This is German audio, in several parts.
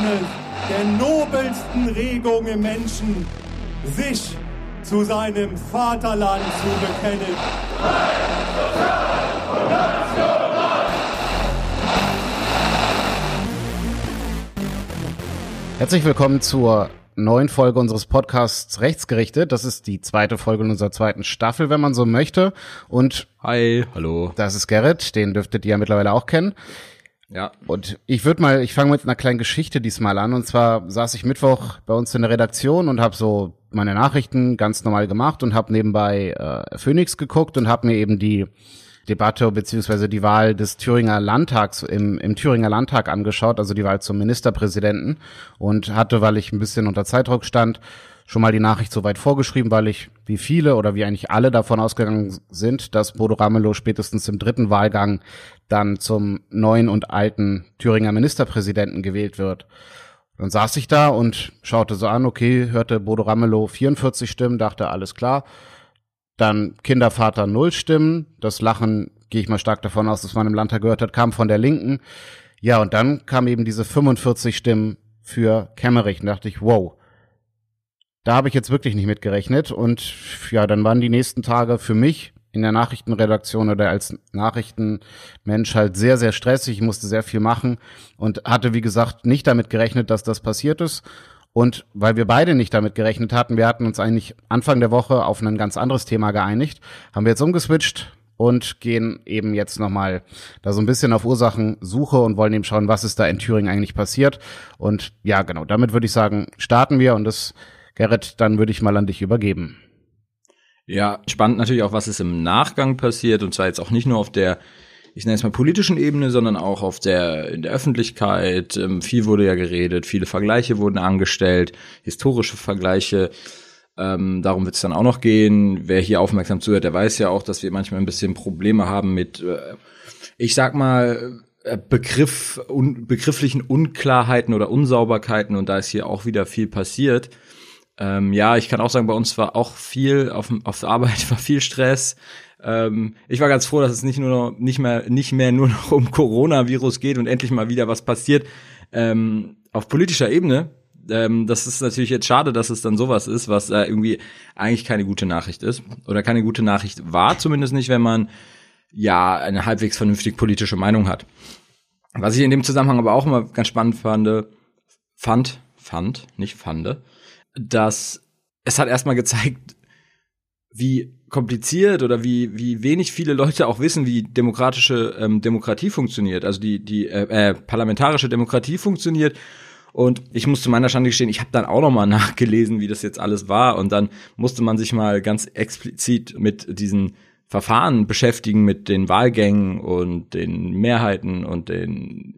eines der nobelsten Regungen im Menschen, sich zu seinem Vaterland zu bekennen. Herzlich willkommen zur neuen Folge unseres Podcasts Rechtsgerichtet. Das ist die zweite Folge in unserer zweiten Staffel, wenn man so möchte. Und hi, hallo. Das ist Gerrit, den dürftet ihr ja mittlerweile auch kennen. Ja. Und ich fange mit einer kleinen Geschichte diesmal an. Und zwar saß ich Mittwoch bei uns in der Redaktion und habe so meine Nachrichten ganz normal gemacht und habe nebenbei Phoenix geguckt und habe mir eben die Debatte bzw. die Wahl des Thüringer Landtags im Thüringer Landtag angeschaut, also die Wahl zum Ministerpräsidenten, und hatte, weil ich ein bisschen unter Zeitdruck stand, schon mal die Nachricht so weit vorgeschrieben, weil ich, wie viele oder wie eigentlich alle davon ausgegangen sind, dass Bodo Ramelow spätestens im dritten Wahlgang dann zum neuen und alten Thüringer Ministerpräsidenten gewählt wird. Dann saß ich da und schaute so an, okay, hörte Bodo Ramelow 44 Stimmen, dachte, alles klar. Dann Kindervater 0 Stimmen. Das Lachen, gehe ich mal stark davon aus, dass man im Landtag gehört hat, kam von der Linken. Ja, und dann kamen eben diese 45 Stimmen für Kemmerich. Und dachte ich, wow, da habe ich jetzt wirklich nicht mit gerechnet. Und ja, dann waren die nächsten Tage für mich in der Nachrichtenredaktion oder als Nachrichtenmensch halt sehr, sehr stressig. Ich musste sehr viel machen und hatte, wie gesagt, nicht damit gerechnet, dass das passiert ist. Und weil wir beide nicht damit gerechnet hatten, wir hatten uns eigentlich Anfang der Woche auf ein ganz anderes Thema geeinigt, haben wir jetzt umgeswitcht und gehen eben jetzt nochmal da so ein bisschen auf Ursachensuche und wollen eben schauen, was ist da in Thüringen eigentlich passiert. Und ja, genau, damit würde ich sagen, starten wir, und das, Gerrit, dann würde ich mal an dich übergeben. Ja, spannend natürlich auch, was ist im Nachgang passiert, und zwar jetzt auch nicht nur auf der, ich nenne es mal, politischen Ebene, sondern auch in der Öffentlichkeit. Viel wurde ja geredet, viele Vergleiche wurden angestellt, historische Vergleiche. Darum wird es dann auch noch gehen. Wer hier aufmerksam zuhört, der weiß ja auch, dass wir manchmal ein bisschen Probleme haben mit, ich sag mal, begrifflichen Unklarheiten oder Unsauberkeiten, und da ist hier auch wieder viel passiert. Ja, ich kann auch sagen, bei uns war auch viel, auf der Arbeit war viel Stress. Ich war ganz froh, dass es nicht mehr nur noch um Coronavirus geht und endlich mal wieder was passiert. Auf politischer Ebene, das ist natürlich jetzt schade, dass es dann sowas ist, was irgendwie eigentlich keine gute Nachricht ist oder keine gute Nachricht war, zumindest nicht, wenn man ja eine halbwegs vernünftig politische Meinung hat. Was ich in dem Zusammenhang aber auch immer ganz spannend fand, dass es hat erstmal gezeigt, wie kompliziert oder wie wenig viele Leute auch wissen, wie demokratische Demokratie funktioniert, also die parlamentarische Demokratie funktioniert. Und ich muss zu meiner Schande gestehen, ich habe dann auch nochmal nachgelesen, wie das jetzt alles war, und dann musste man sich mal ganz explizit mit diesen Verfahren beschäftigen, mit den Wahlgängen und den Mehrheiten und den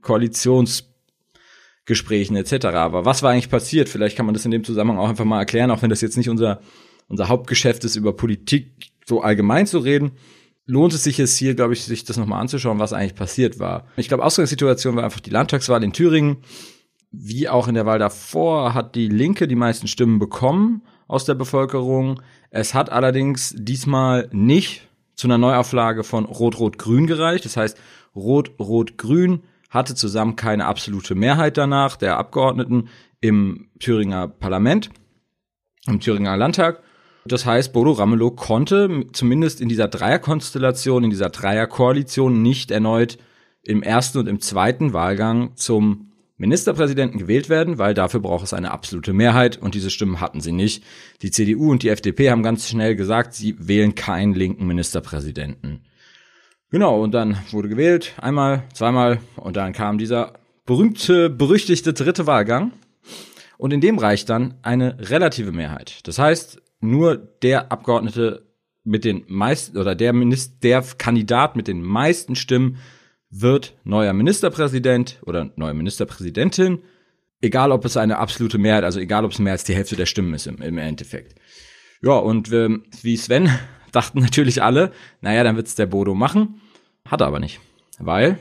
Koalitionsgesprächen etc. Aber was war eigentlich passiert? Vielleicht kann man das in dem Zusammenhang auch einfach mal erklären, auch wenn das jetzt nicht unser Hauptgeschäft ist, über Politik so allgemein zu reden. Lohnt es sich jetzt hier, glaube ich, sich das nochmal anzuschauen, was eigentlich passiert war. Ich glaube, Ausgangssituation war einfach die Landtagswahl in Thüringen. Wie auch in der Wahl davor hat die Linke die meisten Stimmen bekommen aus der Bevölkerung. Es hat allerdings diesmal nicht zu einer Neuauflage von Rot-Rot-Grün gereicht. Das heißt, Rot-Rot-Grün hatte zusammen keine absolute Mehrheit danach der Abgeordneten im Thüringer Parlament, im Thüringer Landtag. Das heißt, Bodo Ramelow konnte zumindest in dieser Dreierkonstellation, in dieser Dreierkoalition nicht erneut im ersten und im zweiten Wahlgang zum Ministerpräsidenten gewählt werden, weil dafür braucht es eine absolute Mehrheit, und diese Stimmen hatten sie nicht. Die CDU und die FDP haben ganz schnell gesagt, sie wählen keinen linken Ministerpräsidenten. Genau, und dann wurde gewählt, einmal, zweimal, und dann kam dieser berüchtigte dritte Wahlgang, und in dem reicht dann eine relative Mehrheit. Das heißt, nur der Abgeordnete mit den meisten oder der Kandidat mit den meisten Stimmen wird neuer Ministerpräsident oder neue Ministerpräsidentin, egal ob es eine absolute Mehrheit, also egal ob es mehr als die Hälfte der Stimmen ist im Endeffekt. Ja, und wie Sven dachten natürlich alle, naja, dann wird's der Bodo machen, hat er aber nicht, weil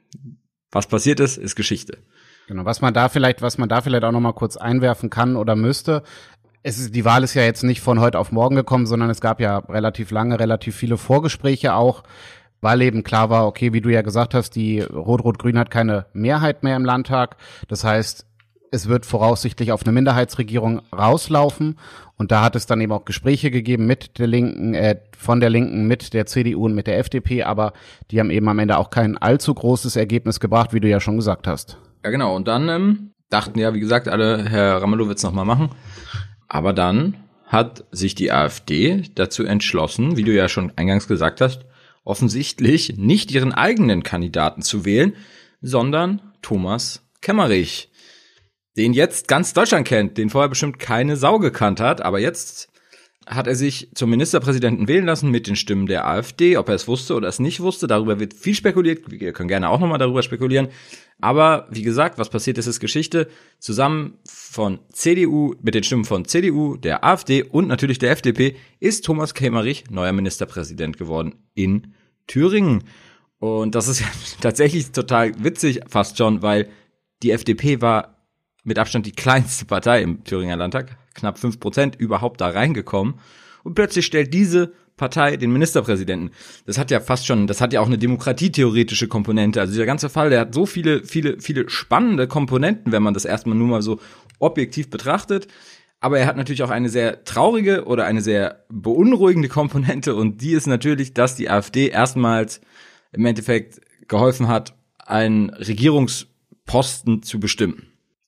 was passiert ist Geschichte. Genau, was man da vielleicht auch noch mal kurz einwerfen kann oder müsste, die Wahl ist ja jetzt nicht von heute auf morgen gekommen, sondern es gab ja relativ viele Vorgespräche auch, weil eben klar war, okay, wie du ja gesagt hast, die Rot-Rot-Grün hat keine Mehrheit mehr im Landtag. Das heißt, es wird voraussichtlich auf eine Minderheitsregierung rauslaufen. Und da hat es dann eben auch Gespräche gegeben mit der Linken, von der Linken, mit der CDU und mit der FDP, aber die haben eben am Ende auch kein allzu großes Ergebnis gebracht, wie du ja schon gesagt hast. Ja, genau. Und dann dachten ja, wie gesagt, alle, Herr Ramelow wird's noch mal machen. Aber dann hat sich die AfD dazu entschlossen, wie du ja schon eingangs gesagt hast, offensichtlich nicht ihren eigenen Kandidaten zu wählen, sondern Thomas Kemmerich, den jetzt ganz Deutschland kennt, den vorher bestimmt keine Sau gekannt hat, aber jetzt hat er sich zum Ministerpräsidenten wählen lassen mit den Stimmen der AfD. Ob er es wusste oder es nicht wusste, darüber wird viel spekuliert. Wir können gerne auch nochmal darüber spekulieren. Aber wie gesagt, was passiert ist, ist Geschichte. Zusammen von CDU, mit den Stimmen von CDU, der AfD und natürlich der FDP ist Thomas Kemmerich neuer Ministerpräsident geworden in Thüringen. Und das ist ja tatsächlich total witzig fast schon, weil die FDP war mit Abstand die kleinste Partei im Thüringer Landtag, knapp 5% überhaupt da reingekommen. Und plötzlich stellt diese Partei den Ministerpräsidenten. Das hat ja auch eine demokratietheoretische Komponente. Also dieser ganze Fall, der hat so viele spannende Komponenten, wenn man das erstmal nur mal so objektiv betrachtet. Aber er hat natürlich auch eine sehr traurige oder eine sehr beunruhigende Komponente. Und die ist natürlich, dass die AfD erstmals im Endeffekt geholfen hat, einen Regierungsposten zu bestimmen.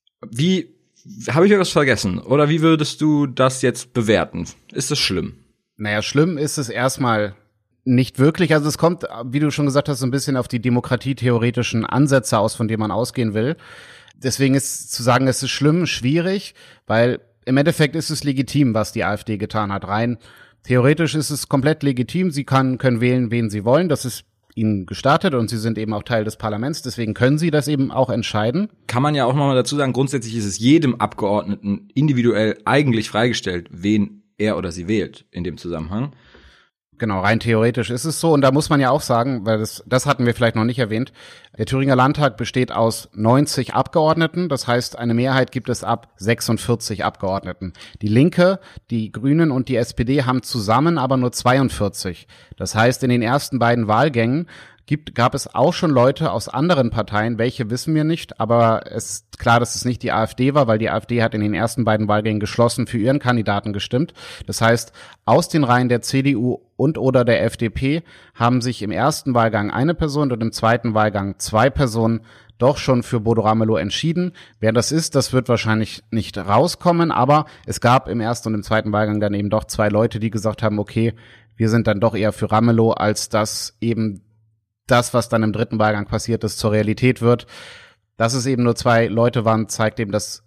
Habe ich etwas vergessen? Oder wie würdest du das jetzt bewerten? Ist das schlimm? Naja, schlimm ist es erstmal nicht wirklich. Also es kommt, wie du schon gesagt hast, so ein bisschen auf die demokratietheoretischen Ansätze aus, von denen man ausgehen will. Deswegen ist zu sagen, es ist schlimm, schwierig, weil im Endeffekt ist es legitim, was die AfD getan hat. Rein theoretisch ist es komplett legitim. Sie können wählen, wen sie wollen. Das ist ihnen gestattet und sie sind eben auch Teil des Parlaments, deswegen können sie das eben auch entscheiden. Kann man ja auch nochmal dazu sagen, grundsätzlich ist es jedem Abgeordneten individuell eigentlich freigestellt, wen er oder sie wählt in dem Zusammenhang. Genau, rein theoretisch ist es so und da muss man ja auch sagen, weil das hatten wir vielleicht noch nicht erwähnt, der Thüringer Landtag besteht aus 90 Abgeordneten, das heißt, eine Mehrheit gibt es ab 46 Abgeordneten. Die Linke, die Grünen und die SPD haben zusammen aber nur 42. Das heißt, in den ersten beiden Wahlgängen gab es auch schon Leute aus anderen Parteien, welche wissen wir nicht, aber es ist klar, dass es nicht die AfD war, weil die AfD hat in den ersten beiden Wahlgängen geschlossen für ihren Kandidaten gestimmt. Das heißt, aus den Reihen der CDU und oder der FDP haben sich im ersten Wahlgang eine Person und im zweiten Wahlgang 2 Personen doch schon für Bodo Ramelow entschieden. Wer das ist, das wird wahrscheinlich nicht rauskommen, aber es gab im ersten und im zweiten Wahlgang dann eben doch 2 Leute, die gesagt haben, okay, wir sind dann doch eher für Ramelow, als dass eben das, was dann im dritten Wahlgang passiert ist, zur Realität wird. Dass es eben nur 2 Leute waren, zeigt eben, dass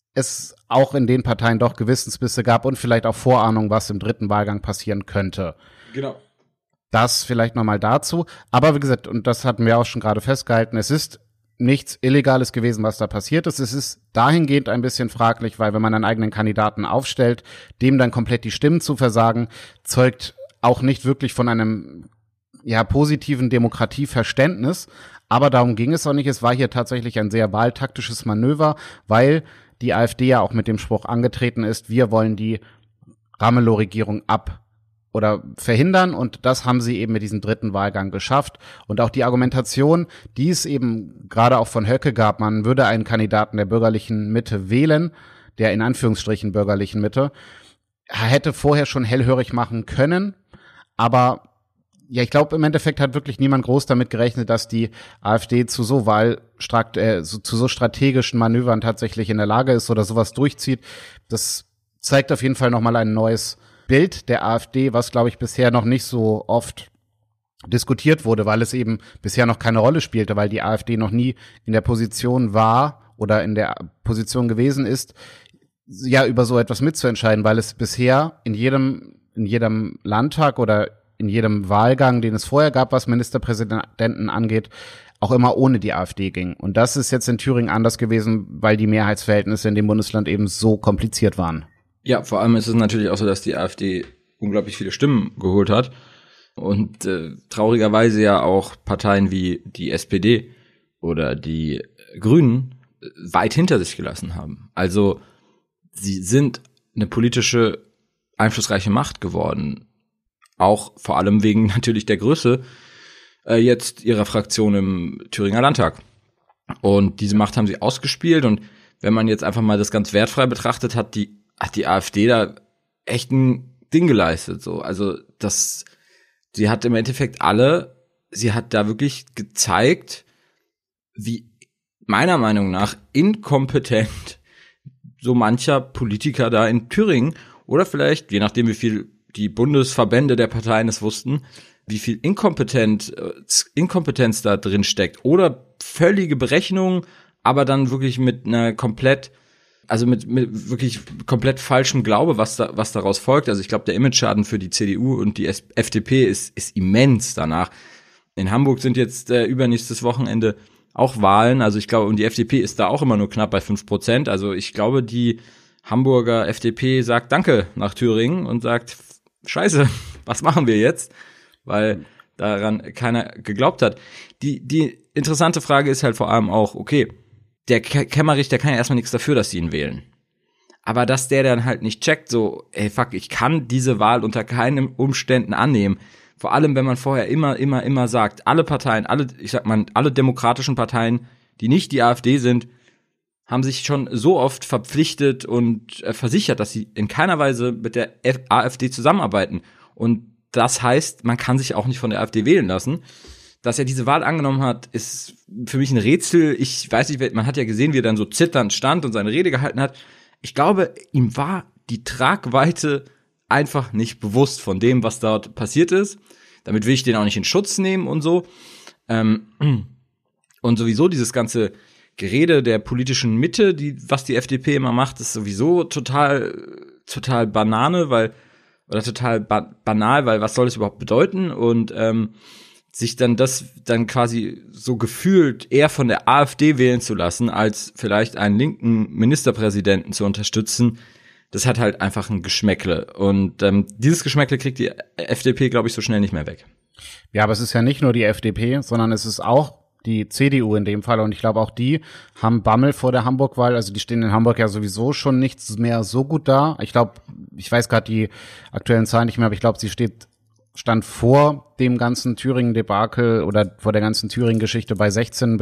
es auch in den Parteien doch Gewissensbisse gab und vielleicht auch Vorahnung, was im dritten Wahlgang passieren könnte. Genau. Das vielleicht nochmal dazu. Aber wie gesagt, und das hatten wir auch schon gerade festgehalten, es ist nichts Illegales gewesen, was da passiert ist. Es ist dahingehend ein bisschen fraglich, weil wenn man einen eigenen Kandidaten aufstellt, dem dann komplett die Stimmen zu versagen, zeugt auch nicht wirklich von einem positiven Demokratieverständnis, aber darum ging es auch nicht. Es war hier tatsächlich ein sehr wahltaktisches Manöver, weil die AfD ja auch mit dem Spruch angetreten ist, wir wollen die Ramelow-Regierung verhindern und das haben sie eben mit diesem dritten Wahlgang geschafft und auch die Argumentation, die es eben gerade auch von Höcke gab, man würde einen Kandidaten der bürgerlichen Mitte wählen, der in Anführungsstrichen bürgerlichen Mitte, hätte vorher schon hellhörig machen können, aber ja, ich glaube, im Endeffekt hat wirklich niemand groß damit gerechnet, dass die AfD zu so strategischen Manövern tatsächlich in der Lage ist oder sowas durchzieht. Das zeigt auf jeden Fall nochmal ein neues Bild der AfD, was, glaube ich, bisher noch nicht so oft diskutiert wurde, weil es eben bisher noch keine Rolle spielte, weil die AfD noch nie in der Position war oder in der Position gewesen ist, ja, über so etwas mitzuentscheiden, weil es bisher in jedem Landtag oder in jedem Wahlgang, den es vorher gab, was Ministerpräsidenten angeht, auch immer ohne die AfD ging. Und das ist jetzt in Thüringen anders gewesen, weil die Mehrheitsverhältnisse in dem Bundesland eben so kompliziert waren. Ja, vor allem ist es natürlich auch so, dass die AfD unglaublich viele Stimmen geholt hat und traurigerweise ja auch Parteien wie die SPD oder die Grünen weit hinter sich gelassen haben. Also sie sind eine politische einflussreiche Macht geworden. Auch vor allem wegen natürlich der Größe jetzt ihrer Fraktion im Thüringer Landtag. Und diese Macht haben sie ausgespielt und wenn man jetzt einfach mal das ganz wertfrei betrachtet, hat die AfD da echt ein Ding geleistet, so. Also, sie hat im Endeffekt sie hat da wirklich gezeigt, wie meiner Meinung nach inkompetent so mancher Politiker da in Thüringen oder vielleicht, je nachdem wie viel die Bundesverbände der Parteien es wussten, wie viel Inkompetenz da drin steckt oder völlige Berechnung, aber dann wirklich mit einer mit wirklich komplett falschem Glaube, was daraus folgt. Also ich glaube, der Image-Schaden für die CDU und die FDP ist immens danach. In Hamburg sind jetzt übernächstes Wochenende auch Wahlen. Also ich glaube, und die FDP ist da auch immer nur knapp bei 5%. Also ich glaube, die Hamburger FDP sagt Danke nach Thüringen und sagt, Scheiße, was machen wir jetzt? Weil daran keiner geglaubt hat. Die interessante Frage ist halt vor allem auch, okay, der Kemmerich, der kann ja erstmal nichts dafür, dass sie ihn wählen. Aber dass der dann halt nicht checkt, so, ey, fuck, ich kann diese Wahl unter keinen Umständen annehmen. Vor allem, wenn man vorher immer sagt, alle Parteien, alle demokratischen Parteien, die nicht die AfD sind, haben sich schon so oft verpflichtet und versichert, dass sie in keiner Weise mit der AfD zusammenarbeiten. Und das heißt, man kann sich auch nicht von der AfD wählen lassen. Dass er diese Wahl angenommen hat, ist für mich ein Rätsel. Ich weiß nicht, man hat ja gesehen, wie er dann so zitternd stand und seine Rede gehalten hat. Ich glaube, ihm war die Tragweite einfach nicht bewusst von dem, was dort passiert ist. Damit will ich den auch nicht in Schutz nehmen und so. Und sowieso dieses ganze Gerede der politischen Mitte, was die FDP immer macht, ist sowieso total Banane, total banal, weil was soll das überhaupt bedeuten? Und sich dann quasi so gefühlt eher von der AfD wählen zu lassen, als vielleicht einen linken Ministerpräsidenten zu unterstützen, das hat halt einfach ein Geschmäckle. Und dieses Geschmäckle kriegt die FDP, glaube ich, so schnell nicht mehr weg. Ja, aber es ist ja nicht nur die FDP, sondern es ist auch die CDU in dem Fall. Und ich glaube, auch die haben Bammel vor der Hamburg-Wahl. Also die stehen in Hamburg ja sowieso schon nichts mehr so gut da. Ich glaube, ich weiß gerade die aktuellen Zahlen nicht mehr, aber ich glaube, sie stand vor dem ganzen Thüringen-Debakel oder vor der ganzen Thüringen-Geschichte bei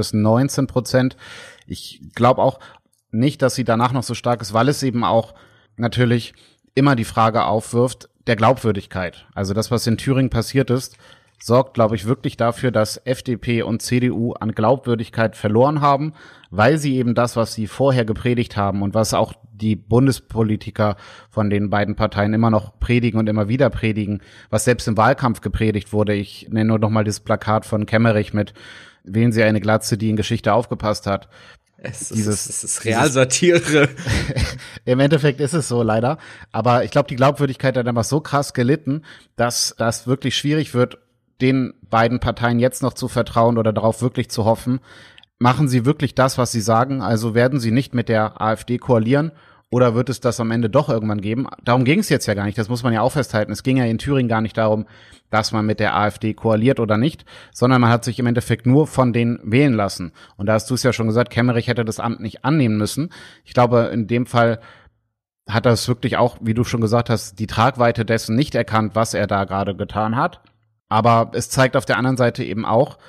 16-19%. Ich glaube auch nicht, dass sie danach noch so stark ist, weil es eben auch natürlich immer die Frage aufwirft der Glaubwürdigkeit. Also das, was in Thüringen passiert ist, sorgt, glaube ich, wirklich dafür, dass FDP und CDU an Glaubwürdigkeit verloren haben, weil sie eben das, was sie vorher gepredigt haben und was auch die Bundespolitiker von den beiden Parteien immer noch predigen und immer wieder predigen, was selbst im Wahlkampf gepredigt wurde. Ich nenne nur noch mal das Plakat von Kemmerich mit "Wählen Sie eine Glatze, die in Geschichte aufgepasst hat". Es ist Realsatire. Im Endeffekt ist es so, leider. Aber ich glaube, die Glaubwürdigkeit hat einfach so krass gelitten, dass das wirklich schwierig wird, den beiden Parteien jetzt noch zu vertrauen oder darauf wirklich zu hoffen. Machen sie wirklich das, was sie sagen? Also werden sie nicht mit der AfD koalieren oder wird es das am Ende doch irgendwann geben? Darum ging es jetzt ja gar nicht, das muss man ja auch festhalten. Es ging ja in Thüringen gar nicht darum, dass man mit der AfD koaliert oder nicht, sondern man hat sich im Endeffekt nur von denen wählen lassen. Und da hast du es ja schon gesagt, Kemmerich hätte das Amt nicht annehmen müssen. Ich glaube, in dem Fall hat er es wirklich auch, wie du schon gesagt hast, die Tragweite dessen nicht erkannt, was er da gerade getan hat. Aber es zeigt auf der anderen Seite eben auch,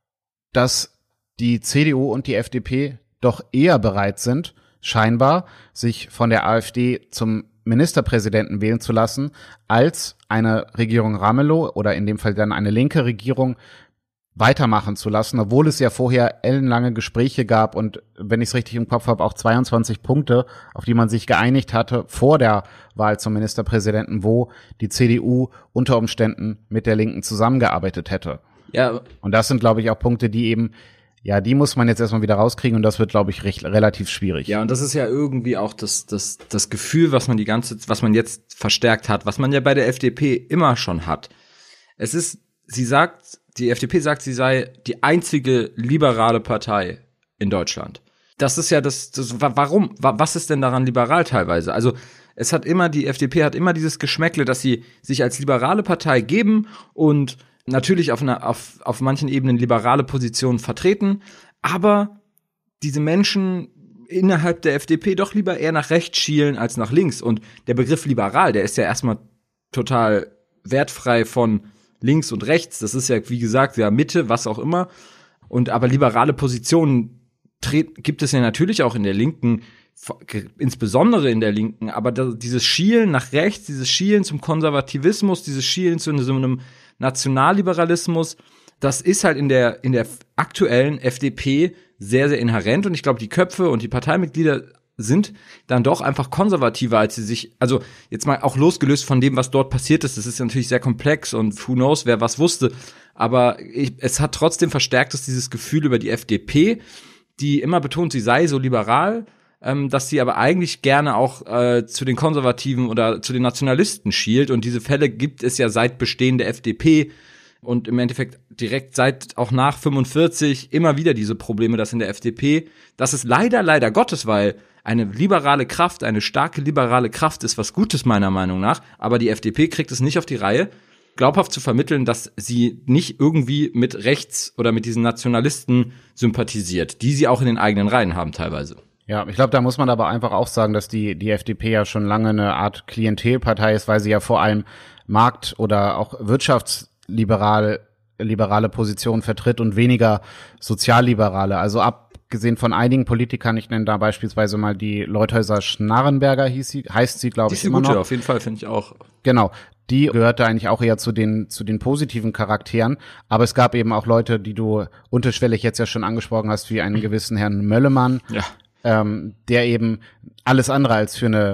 dass die CDU und die FDP doch eher bereit sind, scheinbar sich von der AfD zum Ministerpräsidenten wählen zu lassen, als eine Regierung Ramelow oder in dem Fall dann eine linke Regierung weitermachen zu lassen, obwohl es ja vorher ellenlange Gespräche gab und, wenn ich es richtig im Kopf habe, auch 22 Punkte, auf die man sich geeinigt hatte vor der Wahl zum Ministerpräsidenten, wo die CDU unter Umständen mit der Linken zusammengearbeitet hätte. Ja. Und das sind, glaube ich, auch Punkte, die eben, ja, die muss man jetzt erstmal wieder rauskriegen und das wird, glaube ich, relativ schwierig. Ja, und das ist ja irgendwie auch das Gefühl, was man jetzt verstärkt hat, was man ja bei der FDP immer schon hat. Die FDP sagt, sie sei die einzige liberale Partei in Deutschland. Das ist ja warum? Was ist denn daran liberal teilweise? Also, die FDP hat immer dieses Geschmäckle, dass sie sich als liberale Partei geben und natürlich auf manchen Ebenen liberale Positionen vertreten, aber diese Menschen innerhalb der FDP doch lieber eher nach rechts schielen als nach links. Und der Begriff liberal, der ist ja erstmal total wertfrei von links und rechts. Das ist ja, wie gesagt, ja Mitte, was auch immer. Aber liberale Positionen gibt es ja natürlich auch in der linken insbesondere in der Linken, aber dieses Schielen nach rechts, dieses Schielen zum Konservativismus, dieses Schielen zu so einem Nationalliberalismus, das ist halt in der aktuellen FDP sehr, sehr inhärent und ich glaube, die Köpfe und die Parteimitglieder sind dann doch einfach konservativer, als sie sich, also jetzt mal auch losgelöst von dem, was dort passiert ist, das ist natürlich sehr komplex und who knows, wer was wusste, aber es hat trotzdem verstärkt dieses Gefühl über die FDP, die immer betont, sie sei so liberal, dass sie aber eigentlich gerne auch zu den Konservativen oder zu den Nationalisten schielt und diese Fälle gibt es ja seit Bestehen der FDP und im Endeffekt direkt seit auch nach 45 immer wieder diese Probleme, dass in der FDP, das ist leider Gottes, weil eine liberale Kraft, eine starke liberale Kraft ist was Gutes meiner Meinung nach, aber die FDP kriegt es nicht auf die Reihe, glaubhaft zu vermitteln, dass sie nicht irgendwie mit rechts oder mit diesen Nationalisten sympathisiert, die sie auch in den eigenen Reihen haben teilweise. Ja, ich glaube, da muss man aber einfach auch sagen, dass die FDP ja schon lange eine Art Klientelpartei ist, weil sie ja vor allem Markt- oder auch wirtschaftsliberale Positionen vertritt und weniger sozialliberale. Also abgesehen von einigen Politikern, ich nenne da beispielsweise mal die Leuthäuser-Schnarrenberger, heißt sie, glaube ich, immer noch. Auf jeden Fall, finde ich auch. Genau. Die gehörte eigentlich auch eher zu den positiven Charakteren. Aber es gab eben auch Leute, die du unterschwellig jetzt ja schon angesprochen hast, wie einen gewissen Herrn Möllemann, der eben alles andere als für eine,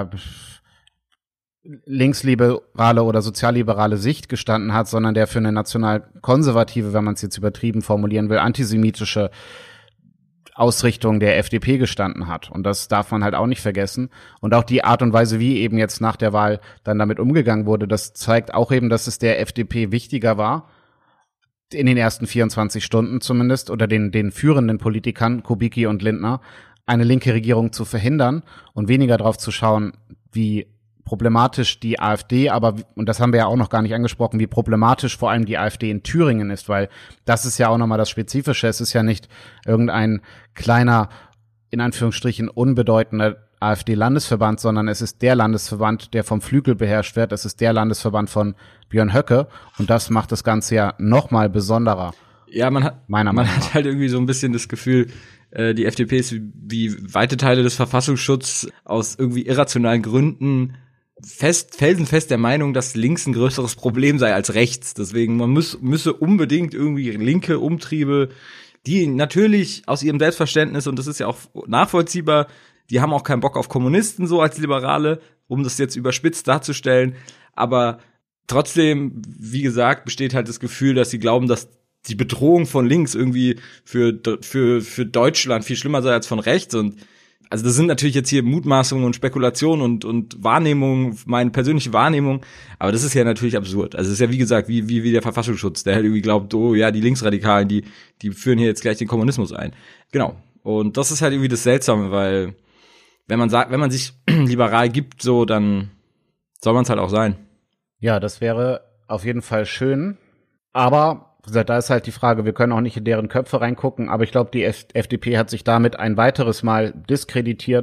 linksliberale oder sozialliberale Sicht gestanden hat, sondern der für eine national-konservative, wenn man es jetzt übertrieben formulieren will, antisemitische Ausrichtung der FDP gestanden hat. Und das darf man halt auch nicht vergessen. Und auch die Art und Weise, wie eben jetzt nach der Wahl dann damit umgegangen wurde, das zeigt auch eben, dass es der FDP wichtiger war, in den ersten 24 Stunden zumindest, oder den führenden Politikern, Kubicki und Lindner, eine linke Regierung zu verhindern und weniger darauf zu schauen, wie problematisch die AfD, und das haben wir ja auch noch gar nicht angesprochen, wie problematisch vor allem die AfD in Thüringen ist, weil das ist ja auch nochmal das Spezifische. Es ist ja nicht irgendein kleiner, in Anführungsstrichen unbedeutender AfD-Landesverband, sondern es ist der Landesverband, der vom Flügel beherrscht wird. Es ist der Landesverband von Björn Höcke und das macht das Ganze ja nochmal besonderer. Ja, man hat halt irgendwie so ein bisschen das Gefühl, die FDP ist wie weite Teile des Verfassungsschutzes aus irgendwie irrationalen Gründen felsenfest der Meinung, dass links ein größeres Problem sei als rechts. Deswegen, man müsse unbedingt irgendwie linke Umtriebe, die natürlich aus ihrem Selbstverständnis, und das ist ja auch nachvollziehbar, die haben auch keinen Bock auf Kommunisten so als Liberale, um das jetzt überspitzt darzustellen. Aber trotzdem, wie gesagt, besteht halt das Gefühl, dass sie glauben, dass die Bedrohung von links irgendwie für Deutschland viel schlimmer sei als von rechts. Und also das sind natürlich jetzt hier Mutmaßungen und Spekulationen und Wahrnehmungen, meine persönliche Wahrnehmung, aber das ist ja natürlich absurd. Also es ist ja wie gesagt wie der Verfassungsschutz, der halt irgendwie glaubt, oh ja, die Linksradikalen, die führen hier jetzt gleich den Kommunismus ein. Genau. Und das ist halt irgendwie das Seltsame, weil wenn man sich liberal gibt, so, dann soll man es halt auch sein. Ja, das wäre auf jeden Fall schön, aber da ist halt die Frage, wir können auch nicht in deren Köpfe reingucken, aber ich glaube, die FDP hat sich damit ein weiteres Mal diskreditiert,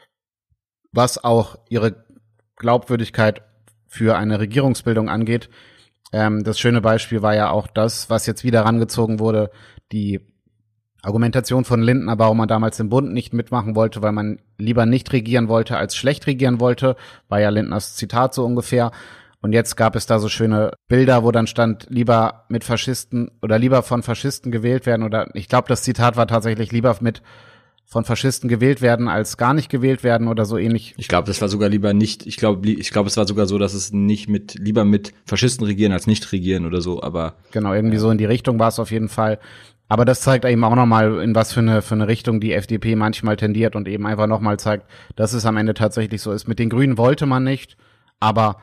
was auch ihre Glaubwürdigkeit für eine Regierungsbildung angeht. Das schöne Beispiel war ja auch das, was jetzt wieder rangezogen wurde, die Argumentation von Lindner, warum man damals im Bund nicht mitmachen wollte, weil man lieber nicht regieren wollte, als schlecht regieren wollte, war ja Lindners Zitat so ungefähr. Und jetzt gab es da so schöne Bilder, wo dann stand, lieber mit Faschisten oder lieber von Faschisten gewählt werden, oder ich glaube, das Zitat war tatsächlich, lieber von Faschisten gewählt werden, als gar nicht gewählt werden oder so ähnlich. Ich glaube, das war sogar lieber nicht, ich glaube, es war sogar so, dass es nicht lieber mit Faschisten regieren als nicht regieren oder so, aber. Genau, irgendwie so in die Richtung war es auf jeden Fall. Aber das zeigt eben auch nochmal, in was für eine Richtung die FDP manchmal tendiert und eben einfach nochmal zeigt, dass es am Ende tatsächlich so ist. Mit den Grünen wollte man nicht, aber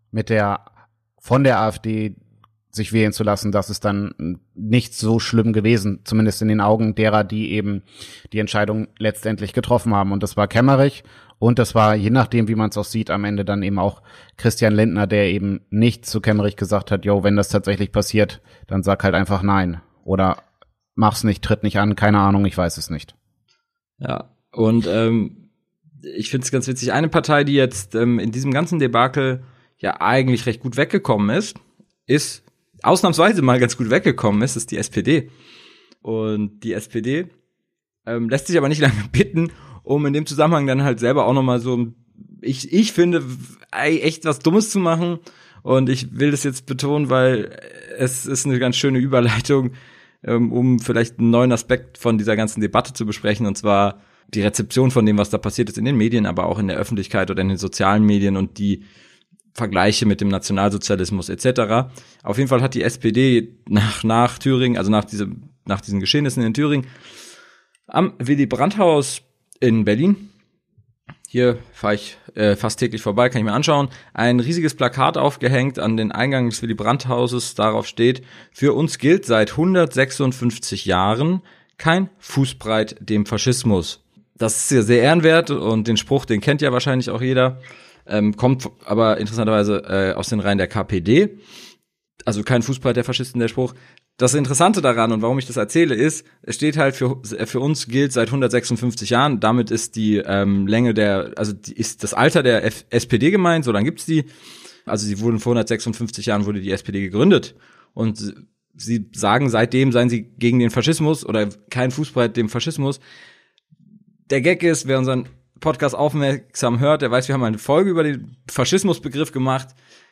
von der AfD sich wählen zu lassen, das ist dann nicht so schlimm gewesen, zumindest in den Augen derer, die eben die Entscheidung letztendlich getroffen haben. Und das war Kemmerich und das war, je nachdem, wie man es auch sieht, am Ende dann eben auch Christian Lindner, der eben nicht zu Kemmerich gesagt hat, yo, wenn das tatsächlich passiert, dann sag halt einfach nein. Oder mach's nicht, tritt nicht an, keine Ahnung, ich weiß es nicht. Ja, und ich finde es ganz witzig, eine Partei, die jetzt in diesem ganzen Debakel ja eigentlich recht gut weggekommen ist ausnahmsweise mal ganz gut weggekommen ist die SPD. Und die SPD lässt sich aber nicht lange bitten um in dem Zusammenhang dann halt selber auch nochmal so, ich finde, echt was Dummes zu machen. Und ich will das jetzt betonen, weil es ist eine ganz schöne Überleitung, um vielleicht einen neuen Aspekt von dieser ganzen Debatte zu besprechen, und zwar die Rezeption von dem, was da passiert ist in den Medien, aber auch in der Öffentlichkeit oder in den sozialen Medien und die Vergleiche mit dem Nationalsozialismus etc. Auf jeden Fall hat die SPD nach Thüringen, also nach diesen Geschehnissen in Thüringen, am Willy-Brandt-Haus in Berlin, hier fahre ich fast täglich vorbei, kann ich mir anschauen, ein riesiges Plakat aufgehängt an den Eingang des Willy-Brandt-Hauses. Darauf steht: Für uns gilt seit 156 Jahren kein Fußbreit dem Faschismus. Das ist ja sehr ehrenwert und den Spruch, den kennt ja wahrscheinlich auch jeder, kommt aber interessanterweise aus den Reihen der KPD. Also kein Fußbreit der Faschisten, der Spruch. Das Interessante daran und warum ich das erzähle ist, es steht halt für uns gilt seit 156 Jahren. Damit ist die Länge ist das Alter der SPD gemeint, so lang gibt's die. Also sie wurden vor 156 Jahren wurde die SPD gegründet und sie sagen, seitdem seien sie gegen den Faschismus oder kein Fußbreit dem Faschismus. Der Gag ist, wer unseren Podcast aufmerksam hört, der weiß, wir haben eine Folge über den Faschismusbegriff gemacht.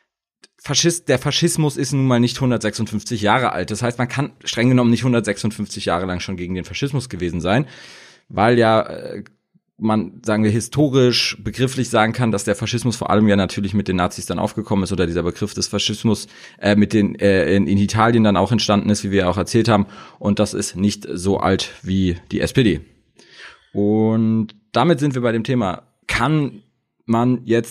Der Faschismus ist nun mal nicht 156 Jahre alt. Das heißt, man kann streng genommen nicht 156 Jahre lang schon gegen den Faschismus gewesen sein, weil ja man, sagen wir, historisch begrifflich sagen kann, dass der Faschismus vor allem ja natürlich mit den Nazis dann aufgekommen ist oder dieser Begriff des Faschismus mit den in Italien dann auch entstanden ist, wie wir auch erzählt haben. Und das ist nicht so alt wie die SPD. Und damit sind wir bei dem Thema, kann man die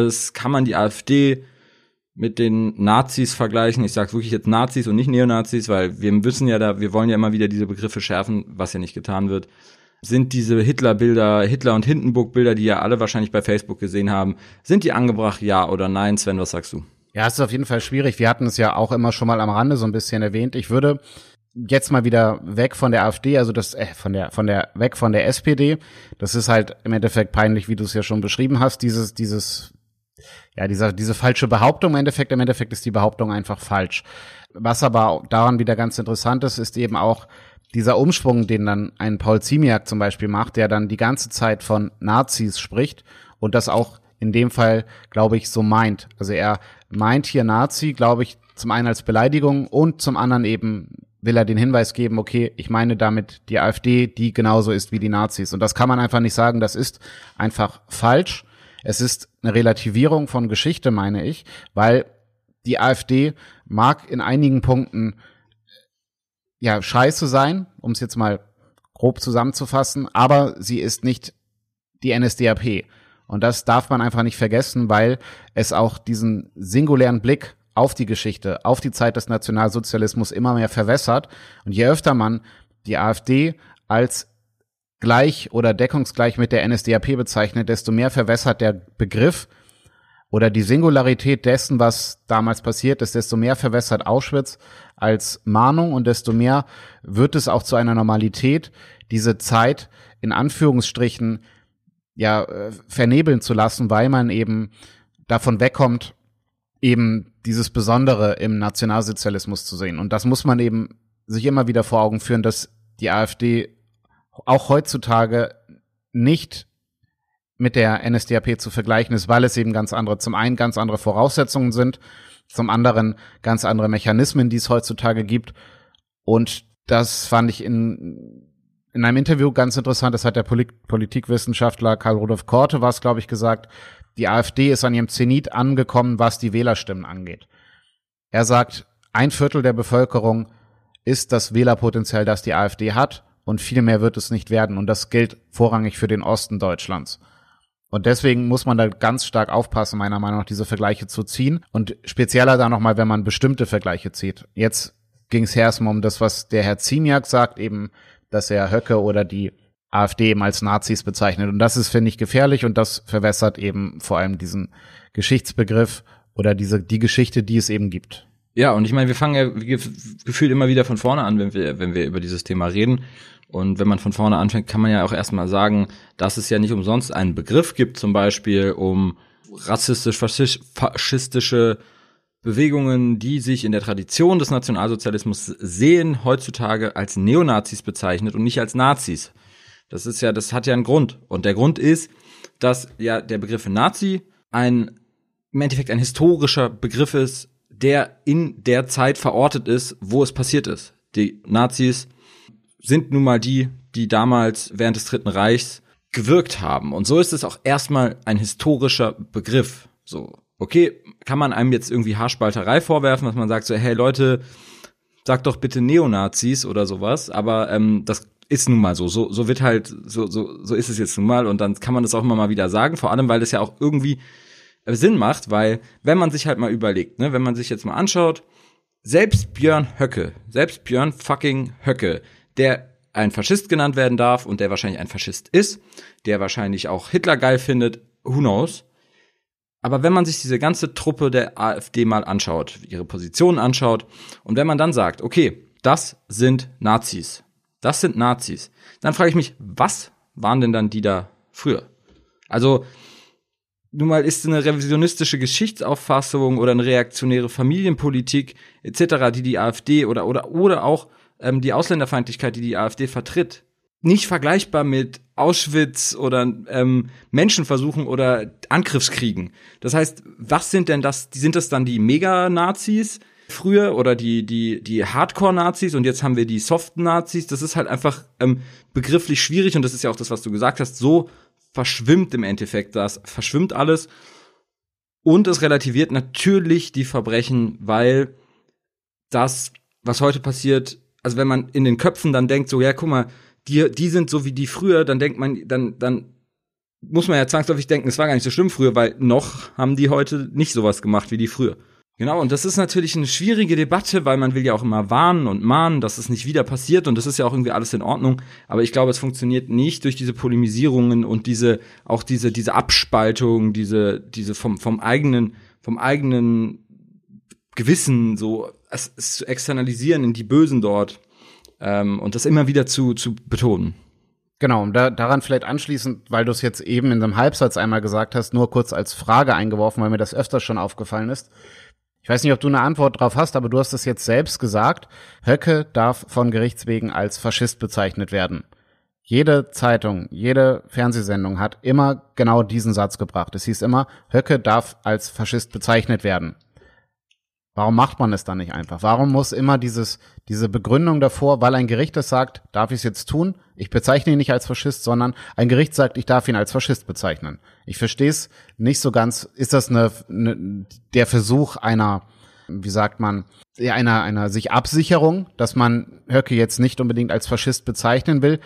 AfD mit den Nazis vergleichen? Ich sage wirklich jetzt Nazis und nicht Neonazis, weil wir wollen ja immer wieder diese Begriffe schärfen, was ja nicht getan wird. Sind diese Hitler-Bilder, Hitler- und Hindenburg-Bilder, die ja alle wahrscheinlich bei Facebook gesehen haben, sind die angebracht, ja oder nein? Sven, was sagst du? Ja, es ist auf jeden Fall schwierig. Wir hatten es ja auch immer schon mal am Rande so ein bisschen erwähnt. Ich würde jetzt mal wieder weg von der AfD, also weg von der SPD. Das ist halt im Endeffekt peinlich, wie du es ja schon beschrieben hast, diese falsche Behauptung. Im Endeffekt ist die Behauptung einfach falsch. Was aber daran wieder ganz interessant ist eben auch dieser Umschwung, den dann ein Paul Ziemiak zum Beispiel macht, der dann die ganze Zeit von Nazis spricht und das auch in dem Fall, glaube ich, so meint. Also er meint hier Nazi, glaube ich, zum einen als Beleidigung und zum anderen eben will er den Hinweis geben, okay, ich meine damit die AfD, die genauso ist wie die Nazis. Und das kann man einfach nicht sagen, das ist einfach falsch. Es ist eine Relativierung von Geschichte, meine ich, weil die AfD mag in einigen Punkten ja scheiße sein, um es jetzt mal grob zusammenzufassen, aber sie ist nicht die NSDAP. Und das darf man einfach nicht vergessen, weil es auch diesen singulären Blick auf die Geschichte, auf die Zeit des Nationalsozialismus immer mehr verwässert. Und je öfter man die AfD als gleich oder deckungsgleich mit der NSDAP bezeichnet, desto mehr verwässert der Begriff oder die Singularität dessen, was damals passiert ist, desto mehr verwässert Auschwitz als Mahnung und desto mehr wird es auch zu einer Normalität, diese Zeit in Anführungsstrichen ja vernebeln zu lassen, weil man eben davon wegkommt, eben dieses Besondere im Nationalsozialismus zu sehen. Und das muss man eben sich immer wieder vor Augen führen, dass die AfD auch heutzutage nicht mit der NSDAP zu vergleichen ist, weil es eben zum einen ganz andere Voraussetzungen sind, zum anderen ganz andere Mechanismen, die es heutzutage gibt. Und das fand ich in einem Interview ganz interessant, das hat der Politikwissenschaftler Karl Rudolf Korte glaube ich, gesagt, die AfD ist an ihrem Zenit angekommen, was die Wählerstimmen angeht. Er sagt, 1/4 der Bevölkerung ist das Wählerpotenzial, das die AfD hat, und viel mehr wird es nicht werden. Und das gilt vorrangig für den Osten Deutschlands. Und deswegen muss man da ganz stark aufpassen, meiner Meinung nach, diese Vergleiche zu ziehen. Und spezieller da nochmal, wenn man bestimmte Vergleiche zieht. Jetzt ging es erstmal um das, was der Herr Ziemiak sagt, eben, dass er Höcke oder die AfD eben als Nazis bezeichnet. Und das ist, finde ich, gefährlich und das verwässert eben vor allem diesen Geschichtsbegriff oder die Geschichte, die es eben gibt. Ja, und ich meine, wir fangen ja gefühlt immer wieder von vorne an, wenn wir über dieses Thema reden. Und wenn man von vorne anfängt, kann man ja auch erstmal sagen, dass es ja nicht umsonst einen Begriff gibt, zum Beispiel um rassistisch-faschistische Bewegungen, die sich in der Tradition des Nationalsozialismus sehen, heutzutage als Neonazis bezeichnet und nicht als Nazis. Das hat ja einen Grund. Und der Grund ist, dass ja der Begriff Nazi im Endeffekt ein historischer Begriff ist, der in der Zeit verortet ist, wo es passiert ist. Die Nazis sind nun mal die damals während des Dritten Reichs gewirkt haben. Und so ist es auch erstmal ein historischer Begriff. So, okay, kann man einem jetzt irgendwie Haarspalterei vorwerfen, dass man sagt so, hey Leute, sagt doch bitte Neonazis oder sowas, aber das ist nun mal so wird halt, so ist es jetzt nun mal und dann kann man das auch immer mal wieder sagen, vor allem, weil das ja auch irgendwie Sinn macht, weil, wenn man sich halt mal überlegt, ne, wenn man sich jetzt mal anschaut, selbst Björn fucking Höcke, der ein Faschist genannt werden darf und der wahrscheinlich ein Faschist ist, der wahrscheinlich auch Hitler geil findet, who knows. Aber wenn man sich diese ganze Truppe der AfD mal anschaut, ihre Positionen anschaut und wenn man dann sagt, okay, das sind Nazis, dann frage ich mich, was waren denn dann die da früher? Also, nun mal ist eine revisionistische Geschichtsauffassung oder eine reaktionäre Familienpolitik etc., die AfD oder auch die Ausländerfeindlichkeit, die AfD vertritt, nicht vergleichbar mit Auschwitz oder Menschenversuchen oder Angriffskriegen. Das heißt, was sind denn das? Sind das dann die Mega-Nazis früher oder die Hardcore-Nazis und jetzt haben wir die Soft-Nazis? Das ist halt einfach begrifflich schwierig und das ist ja auch das, was du gesagt hast. So verschwimmt im Endeffekt verschwimmt alles und es relativiert natürlich die Verbrechen, weil das, was heute passiert, also wenn man in den Köpfen dann denkt, so, ja, guck mal, die sind so wie die früher, dann denkt man, dann muss man ja zwangsläufig denken, es war gar nicht so schlimm früher, weil noch haben die heute nicht sowas gemacht wie die früher. Genau, und das ist natürlich eine schwierige Debatte, weil man will ja auch immer warnen und mahnen, dass es nicht wieder passiert und das ist ja auch irgendwie alles in Ordnung, aber ich glaube, es funktioniert nicht durch diese Polemisierungen und diese Abspaltung, diese vom eigenen Gewissen so es zu externalisieren in die Bösen dort und das immer wieder zu betonen. Genau, und daran vielleicht anschließend, weil du es jetzt eben in einem Halbsatz einmal gesagt hast, nur kurz als Frage eingeworfen, weil mir das öfter schon aufgefallen ist. Ich weiß nicht, ob du eine Antwort drauf hast, aber du hast es jetzt selbst gesagt. Höcke darf von Gerichts wegen als Faschist bezeichnet werden. Jede Zeitung, jede Fernsehsendung hat immer genau diesen Satz gebracht. Es hieß immer, Höcke darf als Faschist bezeichnet werden. Warum macht man es dann nicht einfach? Warum muss immer diese Begründung davor, weil ein Gericht das sagt, darf ich es jetzt tun? Ich bezeichne ihn nicht als Faschist, sondern ein Gericht sagt, ich darf ihn als Faschist bezeichnen. Ich verstehe es nicht so ganz. Ist das der Versuch einer, wie sagt man, einer sich Absicherung, dass man Höcke jetzt nicht unbedingt als Faschist bezeichnen will?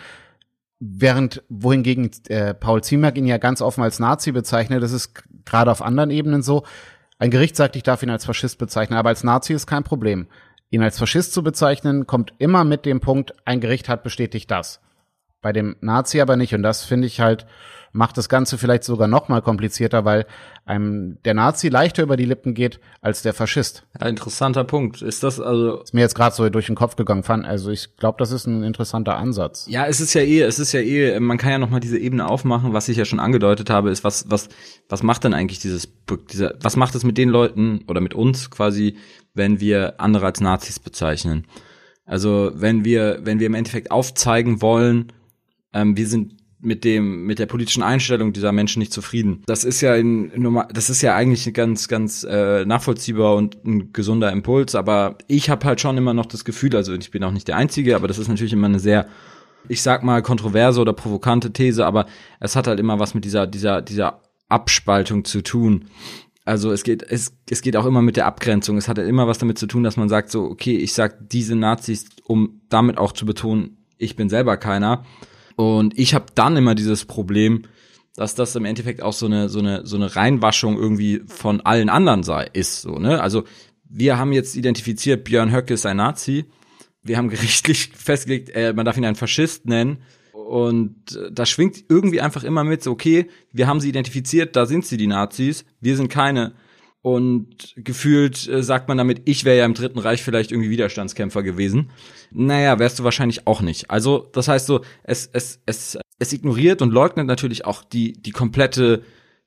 Wohingegen Paul Ziemiak ihn ja ganz offen als Nazi bezeichnet, das ist gerade auf anderen Ebenen so. Ein Gericht sagt, ich darf ihn als Faschist bezeichnen, aber als Nazi ist kein Problem. Ihn als Faschist zu bezeichnen, kommt immer mit dem Punkt, ein Gericht hat bestätigt das. Bei dem Nazi aber nicht. Und das, finde ich halt, macht das Ganze vielleicht sogar noch mal komplizierter, weil einem der Nazi leichter über die Lippen geht als der Faschist. Ja, interessanter Punkt. Ist mir jetzt gerade so durch den Kopf gegangen, also ich glaube, das ist ein interessanter Ansatz. Ja, es ist ja man kann ja noch mal diese Ebene aufmachen, was ich ja schon angedeutet habe, ist was macht denn eigentlich was macht es mit den Leuten oder mit uns quasi, wenn wir andere als Nazis bezeichnen? Also, wenn wir im Endeffekt aufzeigen wollen, wir sind mit der politischen Einstellung dieser Menschen nicht zufrieden. Das ist ja eigentlich ganz nachvollziehbar und ein gesunder Impuls, aber ich habe halt schon immer noch das Gefühl, also ich bin auch nicht der Einzige, aber das ist natürlich immer eine sehr, ich sag mal, kontroverse oder provokante These, aber es hat halt immer was mit dieser Abspaltung zu tun. Also es geht auch immer mit der Abgrenzung. Es hat halt immer was damit zu tun, dass man sagt so, okay, ich sag diese Nazis, um damit auch zu betonen, ich bin selber keiner. Und ich habe dann immer dieses Problem, dass das im Endeffekt auch so eine Reinwaschung irgendwie von allen anderen ist, so, ne? Also, wir haben jetzt identifiziert, Björn Höcke ist ein Nazi. Wir haben gerichtlich festgelegt, man darf ihn einen Faschist nennen. Und da schwingt irgendwie einfach immer mit, so, okay, wir haben sie identifiziert, da sind sie die Nazis, wir sind keine. Und gefühlt sagt man damit, ich wäre ja im Dritten Reich vielleicht irgendwie Widerstandskämpfer gewesen. Naja, wärst du wahrscheinlich auch nicht. Also, das heißt so, es ignoriert und leugnet natürlich auch die kompletten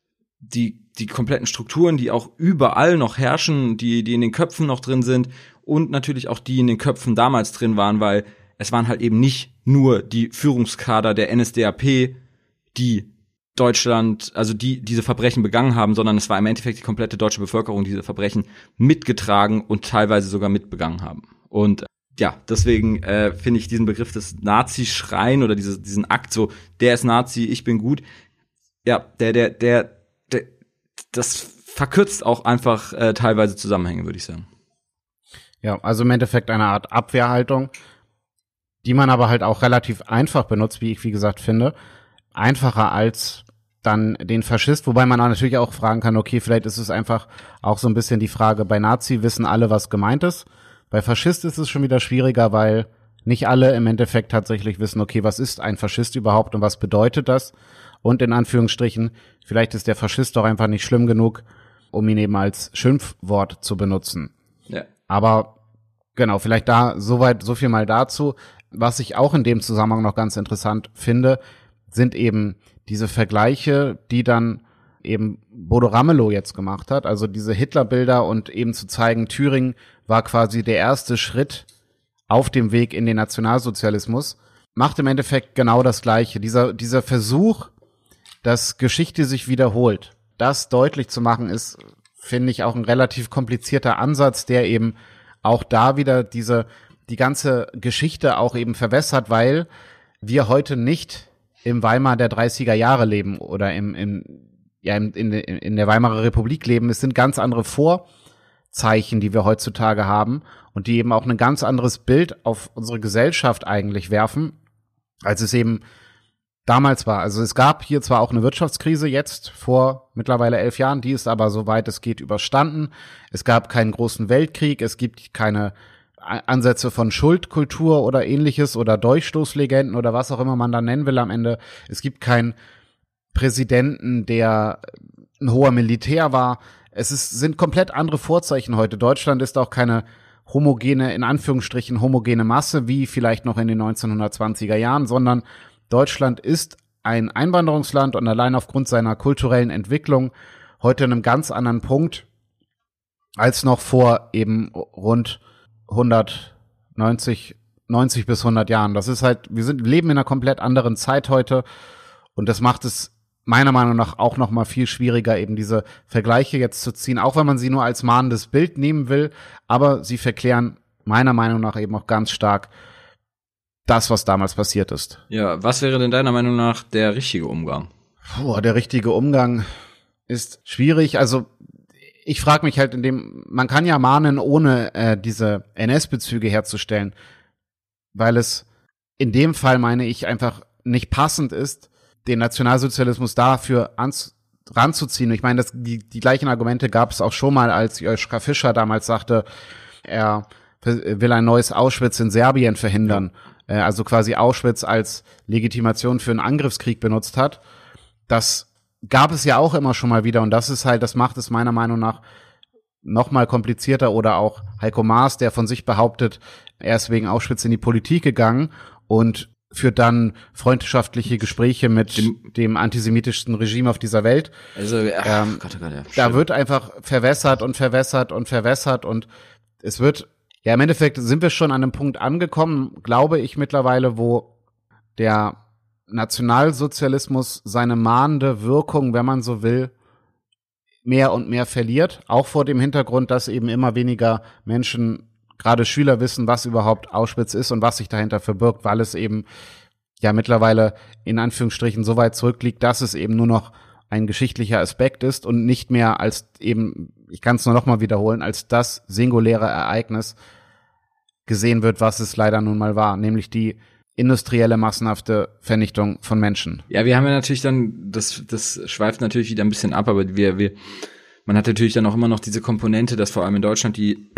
Strukturen, die auch überall noch herrschen, die in den Köpfen noch drin sind und natürlich auch die in den Köpfen damals drin waren, weil es waren halt eben nicht nur die Führungskader der NSDAP, die Deutschland, also die diese Verbrechen begangen haben, sondern es war im Endeffekt die komplette deutsche Bevölkerung, die diese Verbrechen mitgetragen und teilweise sogar mitbegangen haben. Und ja, deswegen finde ich diesen Begriff des Nazi-Schreien oder diesen Akt so, der ist Nazi, ich bin gut, ja, das verkürzt auch einfach teilweise Zusammenhänge, würde ich sagen. Ja, also im Endeffekt eine Art Abwehrhaltung, die man aber halt auch relativ einfach benutzt, wie ich, wie gesagt, finde. Einfacher als dann den Faschist, wobei man auch natürlich auch fragen kann, okay, vielleicht ist es einfach auch so ein bisschen die Frage, bei Nazi wissen alle, was gemeint ist. Bei Faschist ist es schon wieder schwieriger, weil nicht alle im Endeffekt tatsächlich wissen, okay, was ist ein Faschist überhaupt und was bedeutet das? Und in Anführungsstrichen, vielleicht ist der Faschist doch einfach nicht schlimm genug, um ihn eben als Schimpfwort zu benutzen. Ja. Aber genau, vielleicht so viel mal dazu. Was ich auch in dem Zusammenhang noch ganz interessant finde, sind eben diese Vergleiche, die dann eben Bodo Ramelow jetzt gemacht hat, also diese Hitlerbilder und eben zu zeigen, Thüringen war quasi der erste Schritt auf dem Weg in den Nationalsozialismus, macht im Endeffekt genau das Gleiche. Dieser Versuch, dass Geschichte sich wiederholt, das deutlich zu machen, ist, finde ich, auch ein relativ komplizierter Ansatz, der eben auch da wieder die ganze Geschichte auch eben verwässert, weil wir heute nicht im Weimar der 30er Jahre leben oder in der Weimarer Republik leben. Es sind ganz andere Vorzeichen, die wir heutzutage haben und die eben auch ein ganz anderes Bild auf unsere Gesellschaft eigentlich werfen, als es eben damals war. Also es gab hier zwar auch eine Wirtschaftskrise jetzt vor mittlerweile 11 Jahren, die ist aber soweit es geht überstanden. Es gab keinen großen Weltkrieg, es gibt keine Ansätze von Schuldkultur oder ähnliches oder Durchstoßlegenden oder was auch immer man da nennen will am Ende. Es gibt keinen Präsidenten, der ein hoher Militär war. Sind komplett andere Vorzeichen heute. Deutschland ist auch keine homogene, in Anführungsstrichen homogene Masse, wie vielleicht noch in den 1920er Jahren, sondern Deutschland ist ein Einwanderungsland und allein aufgrund seiner kulturellen Entwicklung heute in einem ganz anderen Punkt als noch vor eben rund 90 bis 100 Jahren. Das ist halt, wir leben in einer komplett anderen Zeit heute und das macht es meiner Meinung nach auch noch mal viel schwieriger, eben diese Vergleiche jetzt zu ziehen, auch wenn man sie nur als mahnendes Bild nehmen will, aber sie verklären meiner Meinung nach eben auch ganz stark das, was damals passiert ist. Ja, was wäre denn deiner Meinung nach der richtige Umgang? Der richtige Umgang ist schwierig. Also ich frage mich halt man kann ja mahnen, ohne diese NS-Bezüge herzustellen, weil es in dem Fall, meine ich, einfach nicht passend ist, den Nationalsozialismus dafür ranzuziehen. Ich meine, die gleichen Argumente gab es auch schon mal, als Joschka Fischer damals sagte, er will ein neues Auschwitz in Serbien verhindern. Also quasi Auschwitz als Legitimation für einen Angriffskrieg benutzt hat. Das gab es ja auch immer schon mal wieder und das macht es meiner Meinung nach noch mal komplizierter. Oder auch Heiko Maas, der von sich behauptet, er ist wegen Auschwitz in die Politik gegangen und führt dann freundschaftliche Gespräche mit dem antisemitischsten Regime auf dieser Welt. Also, Gott, ja. Da wird einfach verwässert und es wird, ja, im Endeffekt sind wir schon an einem Punkt angekommen, glaube ich mittlerweile, wo der Nationalsozialismus seine mahnende Wirkung, wenn man so will, mehr und mehr verliert. Auch vor dem Hintergrund, dass eben immer weniger Menschen, gerade Schüler, wissen, was überhaupt Auschwitz ist und was sich dahinter verbirgt, weil es eben ja mittlerweile in Anführungsstrichen so weit zurückliegt, dass es eben nur noch ein geschichtlicher Aspekt ist und nicht mehr als eben, ich kann es nur noch mal wiederholen, als das singuläre Ereignis gesehen wird, was es leider nun mal war, nämlich die industrielle, massenhafte Vernichtung von Menschen. Ja, wir haben ja natürlich dann, das schweift natürlich wieder ein bisschen ab, aber man hat natürlich dann auch immer noch diese Komponente, dass vor allem in Deutschland die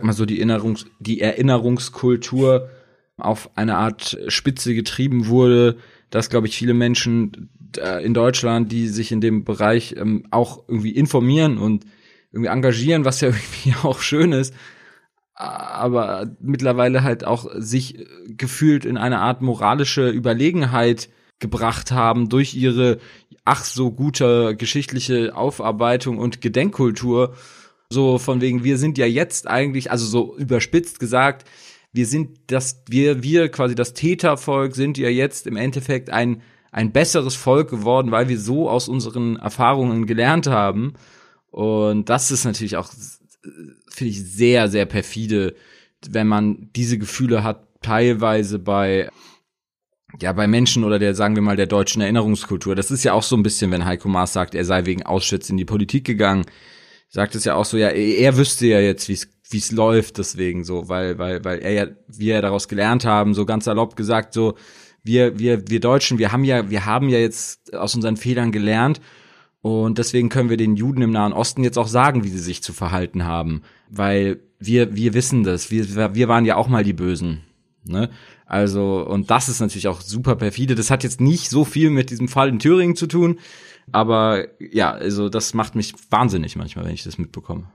Erinnerungskultur auf eine Art Spitze getrieben wurde, dass, glaube ich, viele Menschen in Deutschland, die sich in dem Bereich auch irgendwie informieren und irgendwie engagieren, was ja irgendwie auch schön ist, aber mittlerweile halt auch sich gefühlt in eine Art moralische Überlegenheit gebracht haben durch ihre ach so gute geschichtliche Aufarbeitung und Gedenkkultur. So von wegen, wir sind ja jetzt eigentlich, also so überspitzt gesagt, wir quasi das Tätervolk sind ja jetzt im Endeffekt ein besseres Volk geworden, weil wir so aus unseren Erfahrungen gelernt haben. Und das ist natürlich auch, finde ich, sehr, sehr perfide, wenn man diese Gefühle hat, teilweise bei Menschen oder sagen wir mal, der deutschen Erinnerungskultur. Das ist ja auch so ein bisschen, wenn Heiko Maas sagt, er sei wegen Auschwitz in die Politik gegangen, sagt es ja auch so, ja, er wüsste ja jetzt, wie es läuft, deswegen so, weil er ja, wir ja daraus gelernt haben, so ganz salopp gesagt, so, wir Deutschen, wir haben ja jetzt aus unseren Fehlern gelernt und deswegen können wir den Juden im Nahen Osten jetzt auch sagen, wie sie sich zu verhalten haben, weil wir wissen das, wir waren ja auch mal die Bösen, ne? Also, und das ist natürlich auch super perfide, das hat jetzt nicht so viel mit diesem Fall in Thüringen zu tun, aber ja, also das macht mich wahnsinnig manchmal, wenn ich das mitbekomme.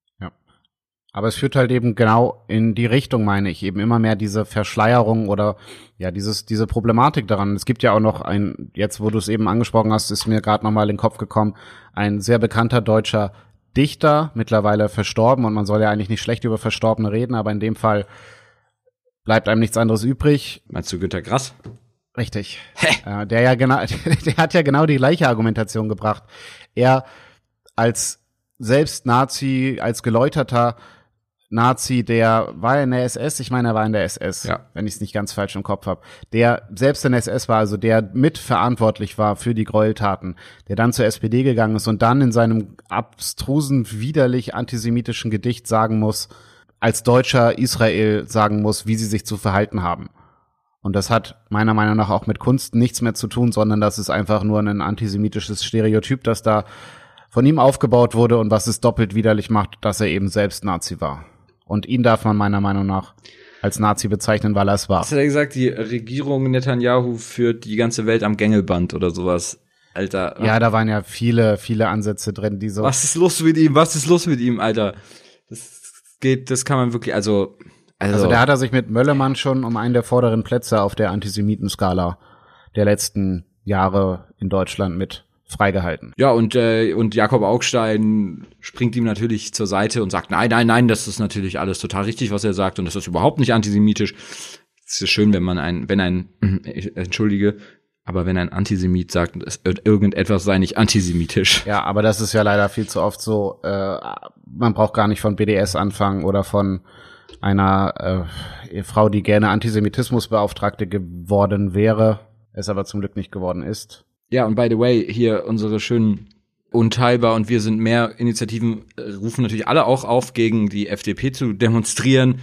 Aber es führt halt eben genau in die Richtung, meine ich, eben immer mehr diese Verschleierung oder ja, diese Problematik daran. Es gibt ja auch noch jetzt wo du es eben angesprochen hast, ist mir gerade nochmal in den Kopf gekommen, ein sehr bekannter deutscher Dichter, mittlerweile verstorben, und man soll ja eigentlich nicht schlecht über Verstorbene reden, aber in dem Fall bleibt einem nichts anderes übrig. Meinst du Günter Grass? Richtig. Der hat ja genau die gleiche Argumentation gebracht. Er als selbst Nazi, als geläuterter Nazi, der war in der SS, ich meine, er war in der SS, ja, wenn ich es nicht ganz falsch im Kopf habe, der selbst in der SS war, also der mitverantwortlich war für die Gräueltaten, der dann zur SPD gegangen ist und dann in seinem abstrusen, widerlich antisemitischen Gedicht sagen muss, als Deutscher Israel sagen muss, wie sie sich zu verhalten haben. Und das hat meiner Meinung nach auch mit Kunst nichts mehr zu tun, sondern das ist einfach nur ein antisemitisches Stereotyp, das da von ihm aufgebaut wurde und was es doppelt widerlich macht, dass er eben selbst Nazi war. Und ihn darf man meiner Meinung nach als Nazi bezeichnen, weil er es war. Hast du ja gesagt, die Regierung Netanyahu führt die ganze Welt am Gängelband oder sowas? Alter. Ja, da waren ja viele Ansätze drin, die so. Was ist los mit ihm, Alter? Das kann man wirklich, also da hat er sich mit Möllemann schon um einen der vorderen Plätze auf der Antisemitenskala der letzten Jahre in Deutschland mit freigehalten. Ja, und Jakob Augstein springt ihm natürlich zur Seite und sagt, nein, das ist natürlich alles total richtig, was er sagt, und das ist überhaupt nicht antisemitisch. Es ist schön, wenn ein Antisemit sagt, irgendetwas sei nicht antisemitisch. Ja, aber das ist ja leider viel zu oft so, man braucht gar nicht von BDS anfangen oder von einer Frau, die gerne Antisemitismusbeauftragte geworden wäre, es aber zum Glück nicht geworden ist. Ja, und by the way, hier unsere schönen Unteilbar und Wir sind mehr Initiativen rufen natürlich alle auch auf, gegen die FDP zu demonstrieren.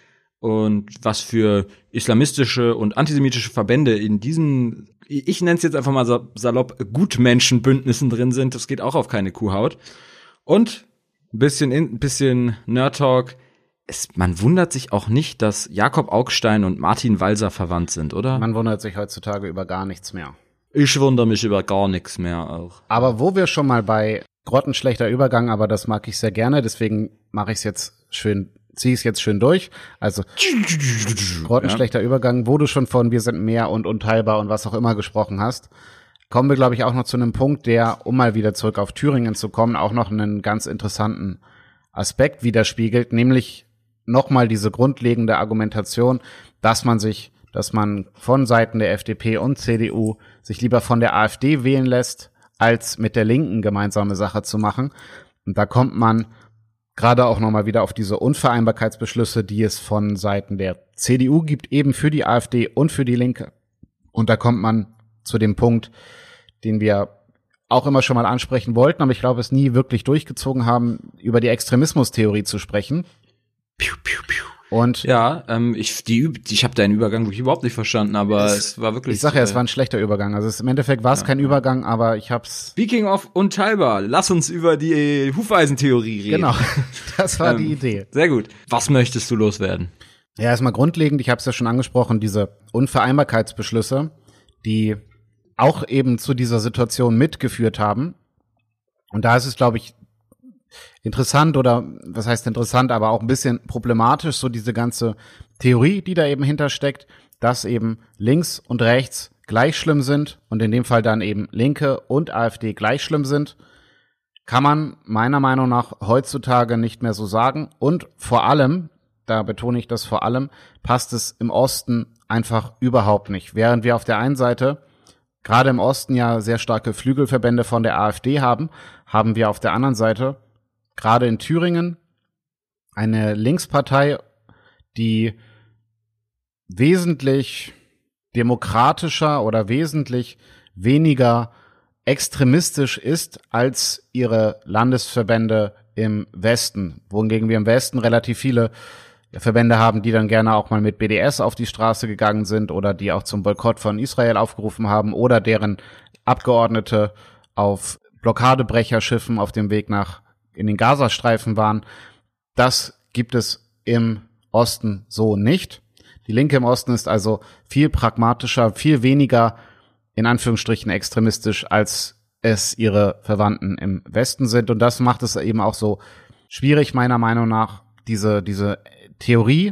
Und was für islamistische und antisemitische Verbände in diesen, ich nenne es jetzt einfach mal salopp, Gutmenschenbündnissen drin sind, das geht auch auf keine Kuhhaut. Und ein bisschen Nerd-Talk. Man wundert sich auch nicht, dass Jakob Augstein und Martin Walser verwandt sind, oder? Man wundert sich heutzutage über gar nichts mehr. Ich wundere mich über gar nichts mehr auch. Aber wo wir schon mal bei grottenschlechter Übergang, aber das mag ich sehr gerne, deswegen mache ich es jetzt schön, ziehe es jetzt schön durch. Also grottenschlechter Übergang, wo du schon von Wir sind mehr und Unteilbar und was auch immer gesprochen hast, kommen wir, glaube ich, auch noch zu einem Punkt, der, um mal wieder zurück auf Thüringen zu kommen, auch noch einen ganz interessanten Aspekt widerspiegelt, nämlich nochmal diese grundlegende Argumentation, dass man von Seiten der FDP und CDU sich lieber von der AfD wählen lässt, als mit der Linken gemeinsame Sache zu machen. Und da kommt man gerade auch nochmal wieder auf diese Unvereinbarkeitsbeschlüsse, die es von Seiten der CDU gibt, eben für die AfD und für die Linke. Und da kommt man zu dem Punkt, den wir auch immer schon mal ansprechen wollten, aber ich glaube, es nie wirklich durchgezogen haben, über die Extremismustheorie zu sprechen. Piu, piu, piu. Und ja, ich habe deinen Übergang wirklich überhaupt nicht verstanden, aber es war wirklich. Ich sage ja, es war ein schlechter Übergang. Also im Endeffekt war es kein Übergang, aber ich hab's. Speaking of Unteilbar, lass uns über die Hufeisentheorie reden. Genau, das war die Idee. Sehr gut. Was möchtest du loswerden? Ja, erstmal grundlegend, ich habe es ja schon angesprochen, diese Unvereinbarkeitsbeschlüsse, die auch eben zu dieser Situation mitgeführt haben. Und da ist es, glaube ich, interessant, oder was heißt interessant, aber auch ein bisschen problematisch, so diese ganze Theorie, die da eben hintersteckt, dass eben links und rechts gleich schlimm sind und in dem Fall dann eben Linke und AfD gleich schlimm sind, kann man meiner Meinung nach heutzutage nicht mehr so sagen. Und vor allem, da betone ich das vor allem, passt es im Osten einfach überhaupt nicht. Während wir auf der einen Seite gerade im Osten ja sehr starke Flügelverbände von der AfD haben, haben wir auf der anderen Seite gerade in Thüringen eine Linkspartei, die wesentlich demokratischer oder wesentlich weniger extremistisch ist als ihre Landesverbände im Westen, wohingegen wir im Westen relativ viele Verbände haben, die dann gerne auch mal mit BDS auf die Straße gegangen sind oder die auch zum Boykott von Israel aufgerufen haben oder deren Abgeordnete auf Blockadebrecherschiffen auf dem Weg in den Gazastreifen waren. Das gibt es im Osten so nicht. Die Linke im Osten ist also viel pragmatischer, viel weniger in Anführungsstrichen extremistisch, als es ihre Verwandten im Westen sind. Und das macht es eben auch so schwierig, meiner Meinung nach, diese Theorie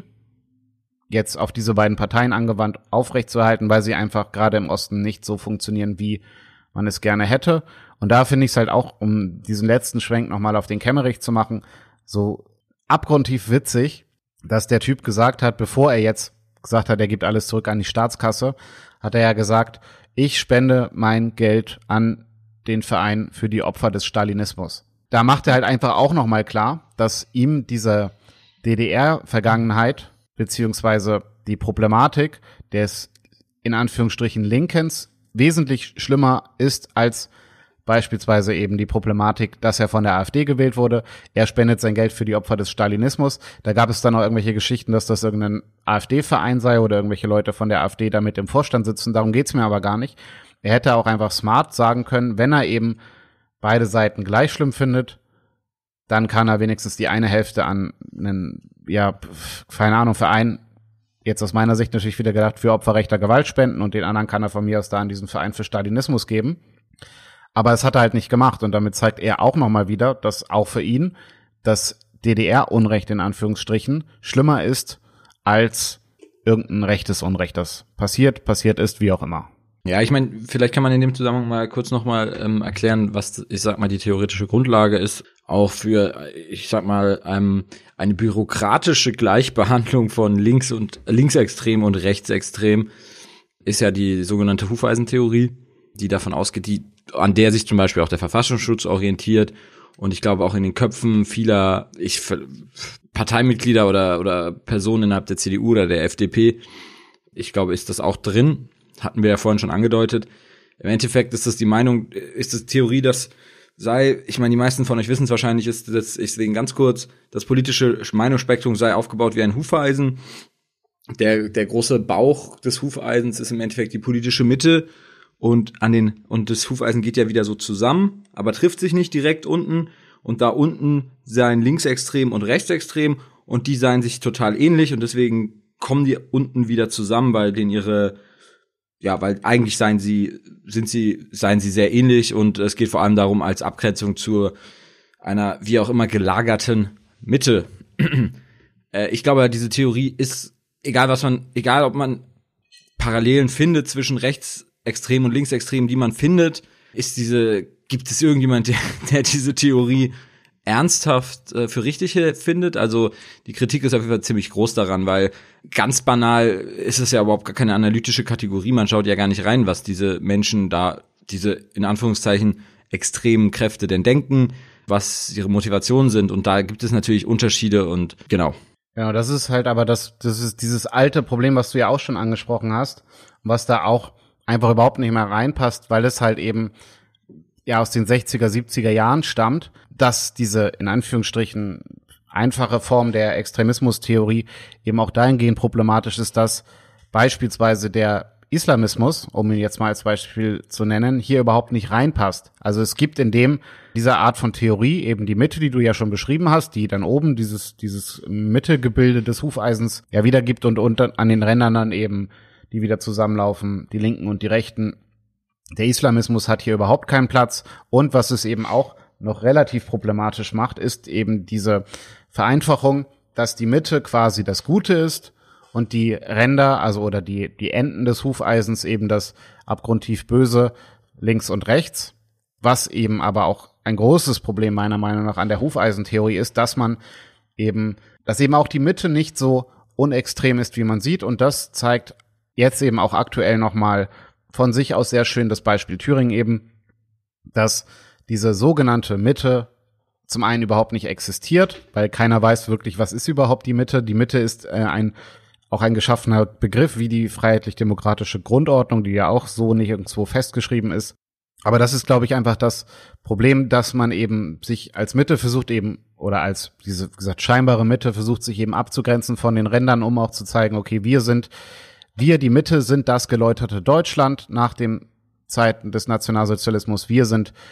jetzt auf diese beiden Parteien angewandt aufrechtzuerhalten, weil sie einfach gerade im Osten nicht so funktionieren, wie man es gerne hätte. Und da finde ich es halt auch, um diesen letzten Schwenk nochmal auf den Kemmerich zu machen, so abgrundtief witzig, dass der Typ gesagt hat, bevor er jetzt gesagt hat, er gibt alles zurück an die Staatskasse, hat er ja gesagt, ich spende mein Geld an den Verein für die Opfer des Stalinismus. Da macht er halt einfach auch nochmal klar, dass ihm diese DDR-Vergangenheit beziehungsweise die Problematik des in Anführungsstrichen Linkens wesentlich schlimmer ist als beispielsweise eben die Problematik, dass er von der AfD gewählt wurde. Er spendet sein Geld für die Opfer des Stalinismus. Da gab es dann auch irgendwelche Geschichten, dass das irgendein AfD-Verein sei oder irgendwelche Leute von der AfD damit im Vorstand sitzen. Darum geht's mir aber gar nicht. Er hätte auch einfach smart sagen können, wenn er eben beide Seiten gleich schlimm findet, dann kann er wenigstens die eine Hälfte an einen, keine Ahnung, Verein, jetzt aus meiner Sicht natürlich wieder gedacht, für Opfer rechter Gewalt spenden und den anderen kann er von mir aus da an diesen Verein für Stalinismus geben. Aber es hat er halt nicht gemacht und damit zeigt er auch nochmal wieder, dass auch für ihn das DDR-Unrecht in Anführungsstrichen schlimmer ist als irgendein rechtes Unrecht, das passiert ist, wie auch immer. Ja, ich meine, vielleicht kann man in dem Zusammenhang mal kurz nochmal erklären, was, ich sag mal, die theoretische Grundlage ist, auch für, ich sag mal, eine bürokratische Gleichbehandlung von linksextrem und rechtsextrem ist ja die sogenannte Hufeisentheorie, die davon ausgeht, an der sich zum Beispiel auch der Verfassungsschutz orientiert und ich glaube auch in den Köpfen vieler Parteimitglieder oder Personen innerhalb der CDU oder der FDP, ich glaube, ist das auch drin. Hatten wir ja vorhin schon angedeutet. Im Endeffekt ist das die Meinung, ist das Theorie, dass ich meine, die meisten von euch wissen es wahrscheinlich, ist das, deswegen ganz kurz, das politische Meinungsspektrum sei aufgebaut wie ein Hufeisen. Der große Bauch des Hufeisens ist im Endeffekt die politische Mitte und das Hufeisen geht ja wieder so zusammen, aber trifft sich nicht direkt unten und da unten seien linksextrem und rechtsextrem und die seien sich total ähnlich und deswegen kommen die unten wieder zusammen, weil weil eigentlich seien sie sehr ähnlich und es geht vor allem darum als Abgrenzung zu einer wie auch immer gelagerten Mitte. Ich glaube, diese Theorie ist egal ob man Parallelen findet zwischen Rechtsextremen und Linksextremen, die man findet, gibt es irgendjemand, der diese Theorie ernsthaft für richtig findet. Also die Kritik ist auf jeden Fall ziemlich groß daran, weil ganz banal ist es ja überhaupt gar keine analytische Kategorie. Man schaut ja gar nicht rein, was diese Menschen da, diese in Anführungszeichen extremen Kräfte denn denken, was ihre Motivationen sind. Und da gibt es natürlich Unterschiede und genau. Genau, das ist halt aber das ist dieses alte Problem, was du ja auch schon angesprochen hast, was da auch einfach überhaupt nicht mehr reinpasst, weil es halt eben aus den 60er, 70er Jahren stammt, dass diese in Anführungsstrichen einfache Form der Extremismustheorie eben auch dahingehend problematisch ist, dass beispielsweise der Islamismus, um ihn jetzt mal als Beispiel zu nennen, hier überhaupt nicht reinpasst. Also es gibt in dieser Art von Theorie eben die Mitte, die du ja schon beschrieben hast, die dann oben dieses Mittegebilde des Hufeisens ja wiedergibt und unter an den Rändern dann eben die wieder zusammenlaufen, die Linken und die Rechten. Der Islamismus hat hier überhaupt keinen Platz und was es eben auch noch relativ problematisch macht, ist eben diese Vereinfachung, dass die Mitte quasi das Gute ist und die Ränder, oder die Enden des Hufeisens eben das abgrundtief Böse links und rechts. Was eben aber auch ein großes Problem meiner Meinung nach an der Hufeisentheorie ist, dass man eben dass eben auch die Mitte nicht so unextrem ist, wie man sieht. Und das zeigt jetzt eben auch aktuell nochmal von sich aus sehr schön das Beispiel Thüringen eben, dass diese sogenannte Mitte zum einen überhaupt nicht existiert, weil keiner weiß wirklich, was ist überhaupt die Mitte. Die Mitte ist auch ein geschaffener Begriff wie die freiheitlich-demokratische Grundordnung, die ja auch so nirgendwo festgeschrieben ist. Aber das ist, glaube ich, einfach das Problem, dass man eben sich als Mitte versucht eben, oder als diese, wie gesagt, scheinbare Mitte versucht, sich eben abzugrenzen von den Rändern, um auch zu zeigen, okay, die Mitte sind das geläuterte Deutschland nach den Zeiten des Nationalsozialismus. Wir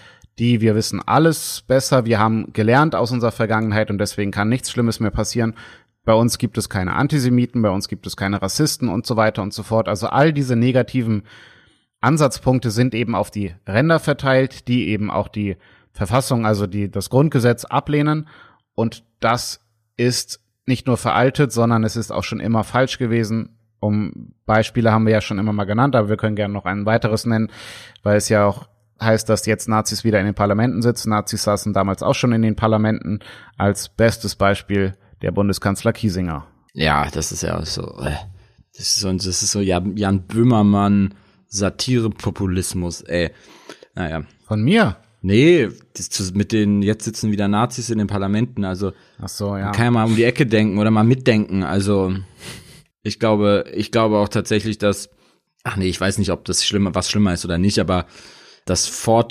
wissen alles besser, wir haben gelernt aus unserer Vergangenheit und deswegen kann nichts Schlimmes mehr passieren. Bei uns gibt es keine Antisemiten, bei uns gibt es keine Rassisten und so weiter und so fort. Also all diese negativen Ansatzpunkte sind eben auf die Ränder verteilt, die eben auch die Verfassung, also das Grundgesetz ablehnen. Und das ist nicht nur veraltet, sondern es ist auch schon immer falsch gewesen. Beispiele haben wir ja schon immer mal genannt, aber wir können gerne noch ein weiteres nennen, weil es ja auch heißt, dass jetzt Nazis wieder in den Parlamenten sitzen. Nazis saßen damals auch schon in den Parlamenten. Als bestes Beispiel der Bundeskanzler Kiesinger. Ja, das ist ja so, das ist so Jan Böhmermann, Satirepopulismus, ey. Naja. Von mir? Nee, mit den, jetzt sitzen wieder Nazis in den Parlamenten, also. Ach so, ja. Man kann ja mal um die Ecke denken oder mal mitdenken, also. Ich glaube auch tatsächlich, dass, ich weiß nicht, ob das was schlimmer ist oder nicht, aber das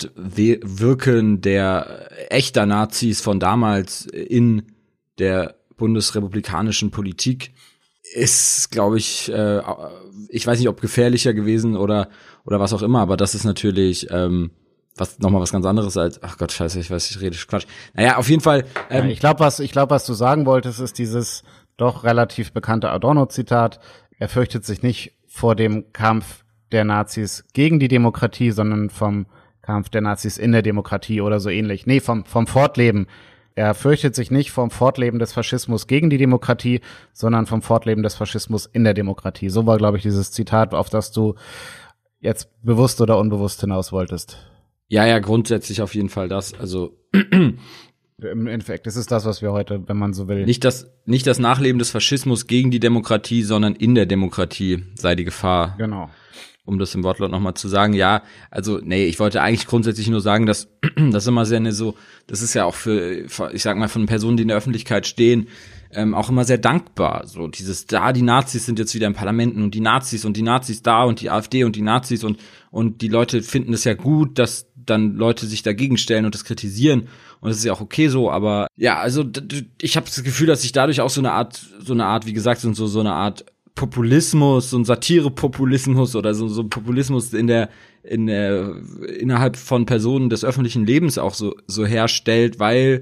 Fortwirken der echter Nazis von damals in der bundesrepublikanischen Politik ist, glaube ich, ich weiß nicht, ob gefährlicher gewesen oder was auch immer, aber das ist natürlich was ganz anderes als, ach Gott, scheiße, ich weiß, ich rede Quatsch. Naja, auf jeden Fall. Ich glaube, was du sagen wolltest, ist dieses doch relativ bekannte Adorno-Zitat. Er fürchtet sich nicht vor dem Kampf der Nazis gegen die Demokratie, sondern vom Kampf der Nazis in der Demokratie oder so ähnlich. Nee, vom Fortleben. Er fürchtet sich nicht vom Fortleben des Faschismus gegen die Demokratie, sondern vom Fortleben des Faschismus in der Demokratie. So war, glaube ich, dieses Zitat, auf das du jetzt bewusst oder unbewusst hinaus wolltest. Ja, grundsätzlich auf jeden Fall das. Also im Endeffekt, das ist das, was wir heute, wenn man so will. Nicht das Nachleben des Faschismus gegen die Demokratie, sondern in der Demokratie sei die Gefahr. Genau. Um das im Wortlaut nochmal zu sagen, ja, also, ich wollte eigentlich grundsätzlich nur sagen, dass das immer sehr das ist ja auch für, ich sag mal, von Personen, die in der Öffentlichkeit stehen, auch immer sehr dankbar. So die Nazis sind jetzt wieder im Parlamenten und die Nazis da und die AfD und die Nazis und die Leute finden es ja gut, dass dann Leute sich dagegen stellen und das kritisieren und das ist ja auch okay so, aber ja, also ich habe das Gefühl, dass sich dadurch auch so eine Art, wie gesagt, so eine Art Populismus, so ein Satirepopulismus oder so ein Populismus innerhalb von Personen des öffentlichen Lebens auch so herstellt, weil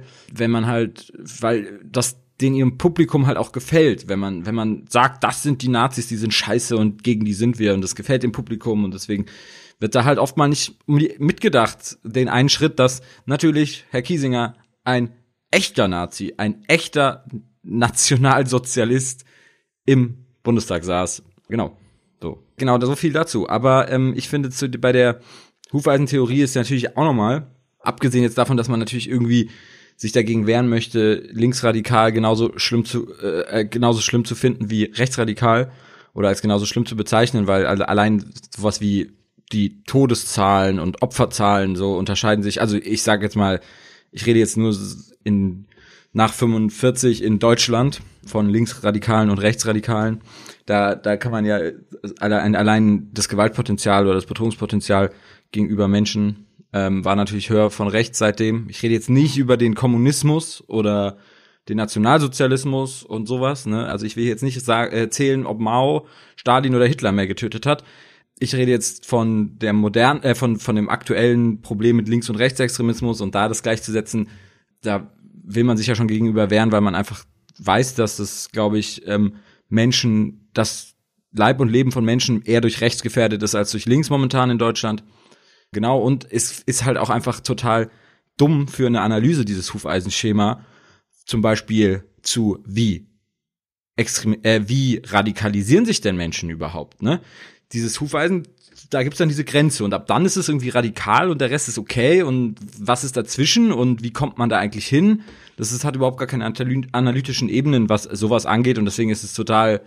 das den ihrem Publikum halt auch gefällt, wenn man sagt, das sind die Nazis, die sind scheiße und gegen die sind wir und das gefällt dem Publikum und deswegen wird da halt oft mal nicht mitgedacht, den einen Schritt, dass natürlich Herr Kiesinger ein echter Nazi, ein echter Nationalsozialist im Bundestag saß. Genau, so viel dazu. Aber ich finde, bei der Hufeisentheorie ist natürlich auch nochmal, abgesehen jetzt davon, dass man natürlich irgendwie sich dagegen wehren möchte, linksradikal genauso schlimm zu finden wie rechtsradikal oder als genauso schlimm zu bezeichnen, weil allein sowas wie die Todeszahlen und Opferzahlen so unterscheiden sich. Also ich sage jetzt mal, ich rede jetzt nur nach 45 in Deutschland von Linksradikalen und Rechtsradikalen. Da kann man ja allein das Gewaltpotenzial oder das Bedrohungspotenzial gegenüber Menschen war natürlich höher von rechts seitdem. Ich rede jetzt nicht über den Kommunismus oder den Nationalsozialismus und sowas, ne? Also ich will jetzt nicht erzählen, ob Mao, Stalin oder Hitler mehr getötet hat. Ich rede jetzt von der von dem aktuellen Problem mit Links- und Rechtsextremismus und da das gleichzusetzen, da will man sich ja schon gegenüber wehren, weil man einfach weiß, dass das, glaube ich, das Leib und Leben von Menschen eher durch rechts gefährdet ist als durch links momentan in Deutschland. Genau, und es ist halt auch einfach total dumm für eine Analyse dieses Hufeisenschema, zum Beispiel wie radikalisieren sich denn Menschen überhaupt, ne? Dieses Hufeisen da gibt's dann diese Grenze und ab dann ist es irgendwie radikal und der Rest ist okay und was ist dazwischen und wie kommt man da eigentlich hin? Hat überhaupt gar keine analytischen Ebenen, was sowas angeht und deswegen ist es total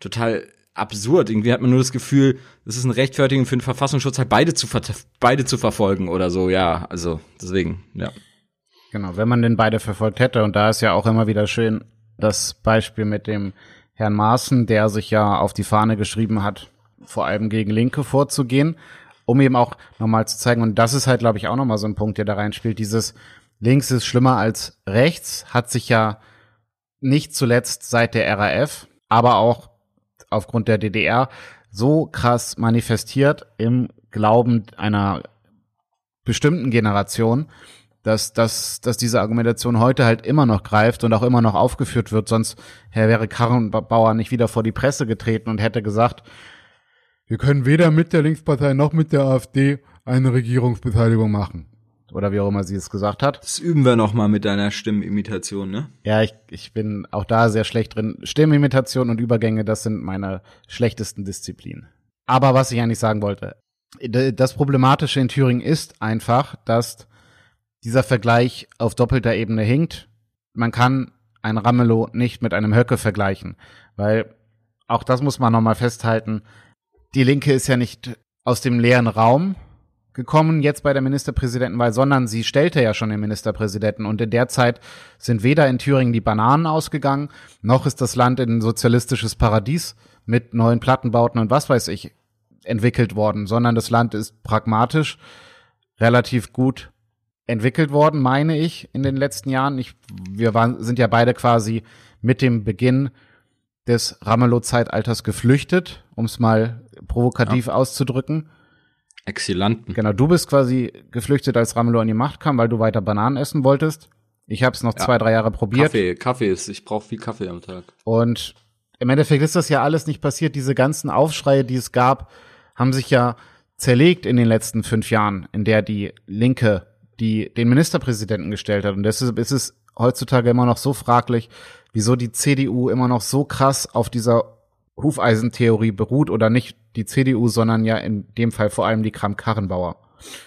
absurd. Irgendwie hat man nur das Gefühl, es ist ein Rechtfertigung für den Verfassungsschutz, halt beide zu verfolgen oder so, ja, also deswegen, ja. Genau, wenn man den beide verfolgt hätte und da ist ja auch immer wieder schön das Beispiel mit dem Herrn Maaßen, der sich ja auf die Fahne geschrieben hat, vor allem gegen Linke vorzugehen, um eben auch nochmal zu zeigen, und das ist halt, glaube ich, auch nochmal so ein Punkt, der da reinspielt, dieses Links ist schlimmer als rechts, hat sich ja nicht zuletzt seit der RAF, aber auch aufgrund der DDR so krass manifestiert im Glauben einer bestimmten Generation, dass diese Argumentation heute halt immer noch greift und auch immer noch aufgeführt wird, sonst wäre Karrenbauer nicht wieder vor die Presse getreten und hätte gesagt, wir können weder mit der Linkspartei noch mit der AfD eine Regierungsbeteiligung machen. Oder wie auch immer sie es gesagt hat. Das üben wir noch mal mit deiner Stimmenimitation, ne? Ja, ich bin auch da sehr schlecht drin. Stimmenimitation und Übergänge, das sind meine schlechtesten Disziplinen. Aber was ich eigentlich sagen wollte, das Problematische in Thüringen ist einfach, dass dieser Vergleich auf doppelter Ebene hinkt. Man kann ein Ramelow nicht mit einem Höcke vergleichen, weil auch das muss man nochmal festhalten. Die Linke ist ja nicht aus dem leeren Raum gekommen jetzt bei der Ministerpräsidentenwahl, sondern sie stellte ja schon den Ministerpräsidenten und in der Zeit sind weder in Thüringen die Bananen ausgegangen, noch ist das Land in ein sozialistisches Paradies mit neuen Plattenbauten und was weiß ich entwickelt worden, sondern das Land ist pragmatisch relativ gut entwickelt worden, meine ich, in den letzten Jahren. Sind ja beide quasi mit dem Beginn des Ramelow-Zeitalters geflüchtet, um es mal provokativ auszudrücken. Exilanten. Genau, du bist quasi geflüchtet, als Ramelow an die Macht kam, weil du weiter Bananen essen wolltest. Ich habe es noch 2-3 Jahre probiert. Ich brauche viel Kaffee am Tag. Und im Endeffekt ist das ja alles nicht passiert. Diese ganzen Aufschreie, die es gab, haben sich ja zerlegt in den letzten 5 Jahren, in der die Linke den Ministerpräsidenten gestellt hat. Und deshalb ist es heutzutage immer noch so fraglich, wieso die CDU immer noch so krass auf dieser Hufeisentheorie beruht oder nicht die CDU, sondern ja in dem Fall vor allem die Kramp-Karrenbauer.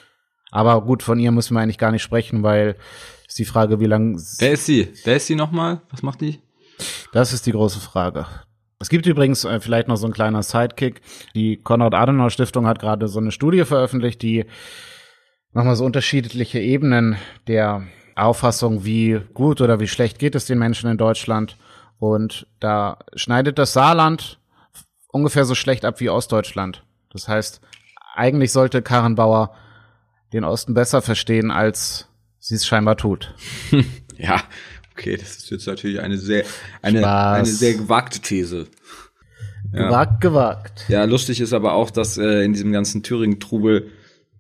Aber gut, von ihr müssen wir eigentlich gar nicht sprechen, weil ist die Frage, wie lange... Wer ist sie? Wer ist sie nochmal? Was macht die? Das ist die große Frage. Es gibt übrigens vielleicht noch so ein kleiner Sidekick. Die Konrad-Adenauer-Stiftung hat gerade so eine Studie veröffentlicht, die nochmal so unterschiedliche Ebenen der Auffassung, wie gut oder wie schlecht geht es den Menschen in Deutschland. Und da schneidet das Saarland ungefähr so schlecht ab wie Ostdeutschland. Das heißt, eigentlich sollte Karrenbauer den Osten besser verstehen, als sie es scheinbar tut. Ja, okay, das ist jetzt natürlich eine sehr gewagte These. Ja. Gewagt. Ja, lustig ist aber auch, dass in diesem ganzen Thüringen-Trubel,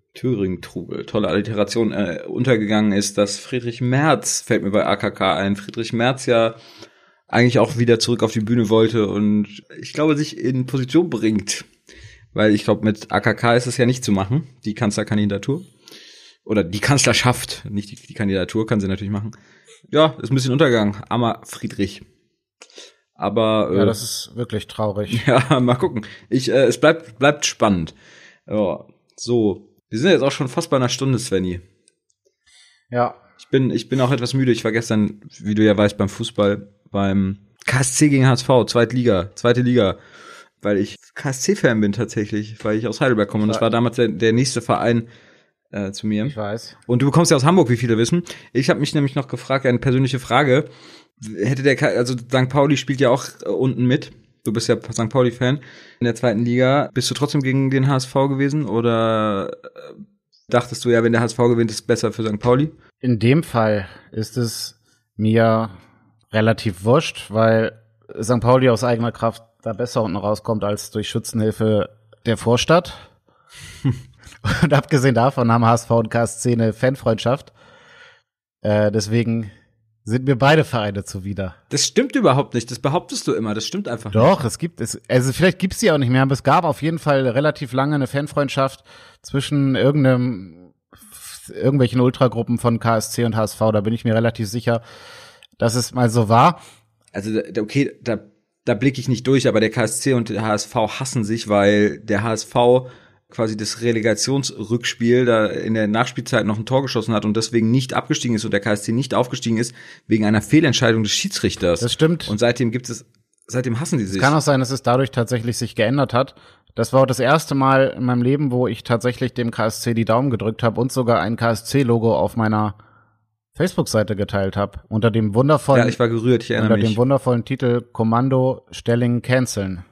tolle Alliteration, untergegangen ist, dass Friedrich Merz, fällt mir bei AKK ein, Friedrich Merz ja eigentlich auch wieder zurück auf die Bühne wollte und ich glaube, sich in Position bringt. Weil ich glaube, mit AKK ist es ja nicht zu machen, die Kanzlerkandidatur. Oder die Kanzlerschaft, nicht die Kandidatur, kann sie natürlich machen. Ja, ist ein bisschen untergegangen, armer Friedrich. Aber ja, das ist wirklich traurig. Ja, mal gucken. Es bleibt spannend. Ja, so. Wir sind jetzt auch schon fast bei einer Stunde, Svenny. Ja. Ich bin auch etwas müde. Ich war gestern, wie du ja weißt, beim Fußball, beim KSC gegen HSV, zweite Liga, weil ich KSC-Fan bin tatsächlich, weil ich aus Heidelberg komme. Und das war damals der nächste Verein zu mir. Ich weiß. Und du kommst ja aus Hamburg, wie viele wissen. Ich habe mich nämlich noch gefragt, eine persönliche Frage. Also St. Pauli spielt ja auch unten mit. Du bist ja St. Pauli-Fan in der zweiten Liga. Bist du trotzdem gegen den HSV gewesen oder dachtest du ja, wenn der HSV gewinnt, ist es besser für St. Pauli? In dem Fall ist es mir relativ wurscht, weil St. Pauli aus eigener Kraft da besser unten rauskommt als durch Schützenhilfe der Vorstadt. Und abgesehen davon haben HSV und KSC eine Fanfreundschaft. Deswegen sind mir beide Vereine zuwider. Das stimmt überhaupt nicht. Das behauptest du immer. Das stimmt einfach Doch, nicht. Also vielleicht gibt's die auch nicht mehr, aber es gab auf jeden Fall relativ lange eine Fanfreundschaft zwischen irgendwelchen Ultragruppen von KSC und HSV. Da bin ich mir relativ sicher, dass es mal so war. Also, okay, da blicke ich nicht durch, aber der KSC und der HSV hassen sich, weil der HSV quasi das Relegationsrückspiel da in der Nachspielzeit noch ein Tor geschossen hat und deswegen nicht abgestiegen ist und der KSC nicht aufgestiegen ist, wegen einer Fehlentscheidung des Schiedsrichters. Das stimmt. Und seitdem hassen die sich. Kann auch sein, dass es dadurch tatsächlich sich geändert hat. Das war auch das erste Mal in meinem Leben, wo ich tatsächlich dem KSC die Daumen gedrückt habe und sogar ein KSC-Logo auf meiner Facebook-Seite geteilt habe. Unter dem wundervollen, ja, ich war gerührt, ich erinnere mich. Unter dem wundervollen Titel Kommando Stelling canceln.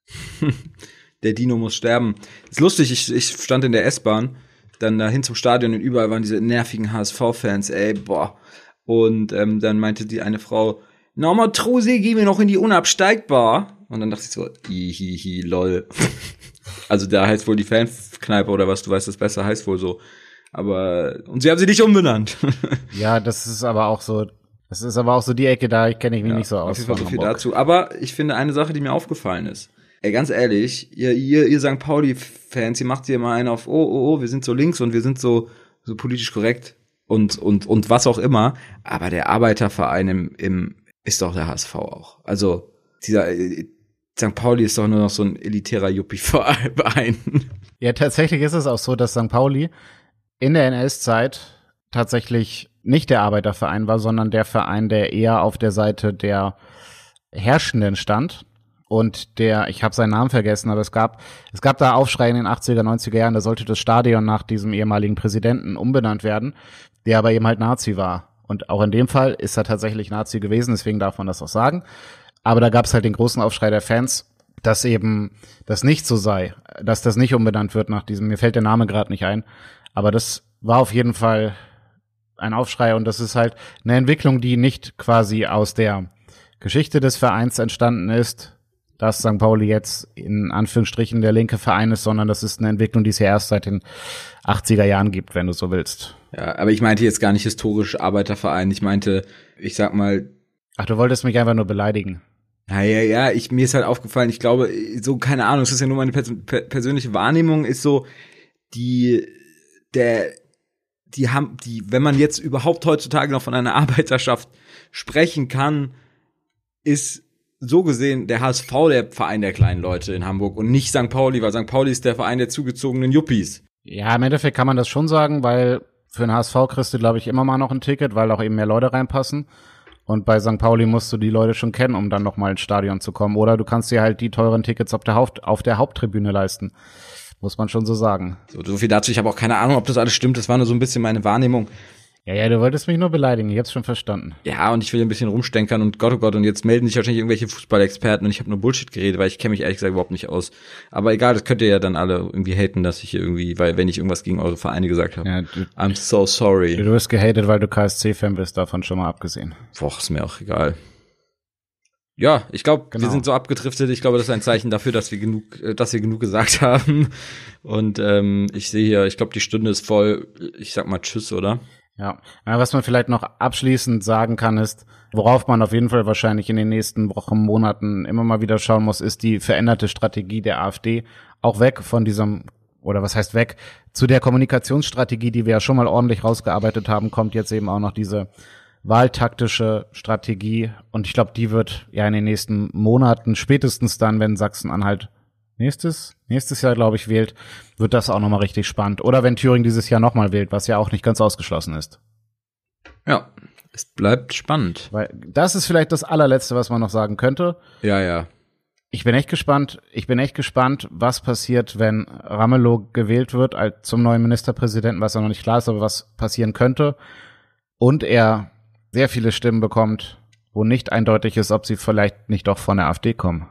Der Dino muss sterben. Ist lustig, ich stand in der S-Bahn, dann dahin zum Stadion und überall waren diese nervigen HSV-Fans, ey, boah. Und dann meinte die eine Frau, na, Matrose, gehen wir noch in die Unabsteigbar. Und dann dachte ich so, hihihi, lol. Also da heißt wohl die Fankneipe oder was, du weißt das besser, heißt wohl so. Aber, und sie haben sie nicht umbenannt. Ja, das ist aber auch so die Ecke, da kenne ich mich nicht so aus. Auf jeden Fall so viel dazu. Aber ich finde eine Sache, die mir aufgefallen ist. Ey, ganz ehrlich, ihr St. Pauli-Fans, ihr macht hier mal einen auf, wir sind so links und wir sind so politisch korrekt und was auch immer. Aber der Arbeiterverein ist doch der HSV auch. Also, dieser St. Pauli ist doch nur noch so ein elitärer Juppie-Verein. Ja, tatsächlich ist es auch so, dass St. Pauli in der NS-Zeit tatsächlich nicht der Arbeiterverein war, sondern der Verein, der eher auf der Seite der Herrschenden stand. Und ich habe seinen Namen vergessen, aber es gab da Aufschrei in den 80er, 90er Jahren, da sollte das Stadion nach diesem ehemaligen Präsidenten umbenannt werden, der aber eben halt Nazi war. Und auch in dem Fall ist er tatsächlich Nazi gewesen, deswegen darf man das auch sagen. Aber da gab es halt den großen Aufschrei der Fans, dass eben das nicht so sei, dass das nicht umbenannt wird nach diesem, mir fällt der Name gerade nicht ein, aber das war auf jeden Fall ein Aufschrei und das ist halt eine Entwicklung, die nicht quasi aus der Geschichte des Vereins entstanden ist, dass St. Pauli jetzt in Anführungsstrichen der linke Verein ist, sondern das ist eine Entwicklung, die es ja erst seit den 80er Jahren gibt, wenn du so willst. Ja, aber ich meinte jetzt gar nicht historisch Arbeiterverein, ich meinte, ich sag mal. Ach, du wolltest mich einfach nur beleidigen. Ja, mir ist halt aufgefallen, ich glaube, so, keine Ahnung, es ist ja nur meine persönliche Wahrnehmung, ist so, wenn man jetzt überhaupt heutzutage noch von einer Arbeiterschaft sprechen kann, ist so gesehen der HSV der Verein der kleinen Leute in Hamburg und nicht St. Pauli, weil St. Pauli ist der Verein der zugezogenen Yuppies. Ja, im Endeffekt kann man das schon sagen, weil für den HSV kriegst du, glaube ich, immer mal noch ein Ticket, weil auch eben mehr Leute reinpassen. Und bei St. Pauli musst du die Leute schon kennen, um dann noch mal ins Stadion zu kommen. Oder du kannst dir halt die teuren Tickets auf der Haupttribüne leisten. Muss man schon so sagen. So viel dazu. Ich habe auch keine Ahnung, ob das alles stimmt. Das war nur so ein bisschen meine Wahrnehmung. Ja, du wolltest mich nur beleidigen. Ich hab's schon verstanden. Ja, und ich will ein bisschen rumstenkern und Gott, oh Gott, und jetzt melden sich wahrscheinlich irgendwelche Fußballexperten und ich habe nur Bullshit geredet, weil ich kenne mich ehrlich gesagt überhaupt nicht aus. Aber egal, das könnt ihr ja dann alle irgendwie haten, dass ich hier irgendwie, weil wenn ich irgendwas gegen eure Vereine gesagt habe. Ja, I'm so sorry. Du wirst gehatet, weil du KSC-Fan bist, davon schon mal abgesehen. Boah, ist mir auch egal. Ja, ich glaube, Wir sind so abgedriftet. Ich glaube, das ist ein Zeichen dafür, dass wir genug gesagt haben. Und ich sehe hier, ich glaube, die Stunde ist voll. Ich sag mal Tschüss, oder? Ja, was man vielleicht noch abschließend sagen kann, ist, worauf man auf jeden Fall wahrscheinlich in den nächsten Wochen, Monaten immer mal wieder schauen muss, ist die veränderte Strategie der AfD. Auch weg von diesem, oder was heißt weg, zu der Kommunikationsstrategie, die wir ja schon mal ordentlich rausgearbeitet haben, kommt jetzt eben auch noch diese wahltaktische Strategie. Und ich glaube, die wird ja in den nächsten Monaten, spätestens dann, wenn Sachsen-Anhalt nächstes Jahr, glaube ich, wählt, wird das auch nochmal richtig spannend. Oder wenn Thüringen dieses Jahr nochmal wählt, was ja auch nicht ganz ausgeschlossen ist. Ja, es bleibt spannend. Weil das ist vielleicht das allerletzte, was man noch sagen könnte. Ja. Ich bin echt gespannt, was passiert, wenn Ramelow gewählt wird zum neuen Ministerpräsidenten, was ja noch nicht klar ist, aber was passieren könnte. Und er sehr viele Stimmen bekommt, wo nicht eindeutig ist, ob sie vielleicht nicht doch von der AfD kommen.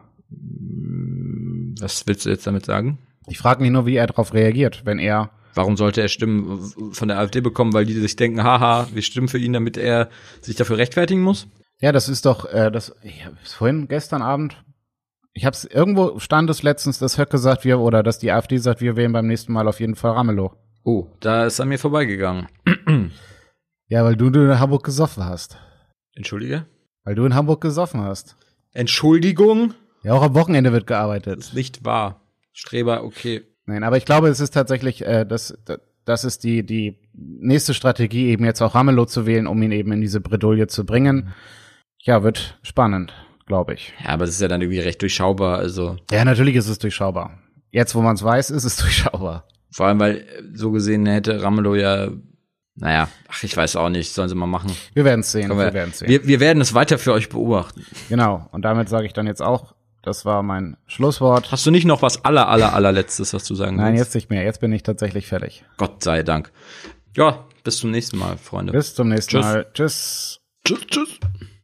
Was willst du jetzt damit sagen? Ich frage mich nur, wie er darauf reagiert, wenn er... Warum sollte er Stimmen von der AfD bekommen? Weil die sich denken, haha, wir stimmen für ihn, damit er sich dafür rechtfertigen muss? Ja, das ist doch, gestern Abend, irgendwo stand es letztens, dass Höcke sagt, dass die AfD sagt, wir wählen beim nächsten Mal auf jeden Fall Ramelow. Oh, da ist an mir vorbeigegangen. Ja, weil du in Hamburg gesoffen hast. Entschuldige? Weil du in Hamburg gesoffen hast. Entschuldigung? Ja, auch am Wochenende wird gearbeitet. Das ist nicht wahr. Streber, okay. Nein, aber ich glaube, es ist tatsächlich, das ist die nächste Strategie, eben jetzt auch Ramelow zu wählen, um ihn eben in diese Bredouille zu bringen. Ja, wird spannend, glaube ich. Ja, aber es ist ja dann irgendwie recht durchschaubar, also. Ja, natürlich ist es durchschaubar. Jetzt, wo man es weiß, ist es durchschaubar. Vor allem, weil so gesehen hätte Ramelow ja, naja, ich weiß auch nicht, sollen sie mal machen. Wir werden es sehen. Wir werden es weiter für euch beobachten. Genau, und damit sage ich dann jetzt auch, das war mein Schlusswort. Hast du nicht noch was allerletztes, was du sagen willst? Nein, jetzt nicht mehr. Jetzt bin ich tatsächlich fertig. Gott sei Dank. Ja, bis zum nächsten Mal, Freunde. Bis zum nächsten Mal. Tschüss. Tschüss.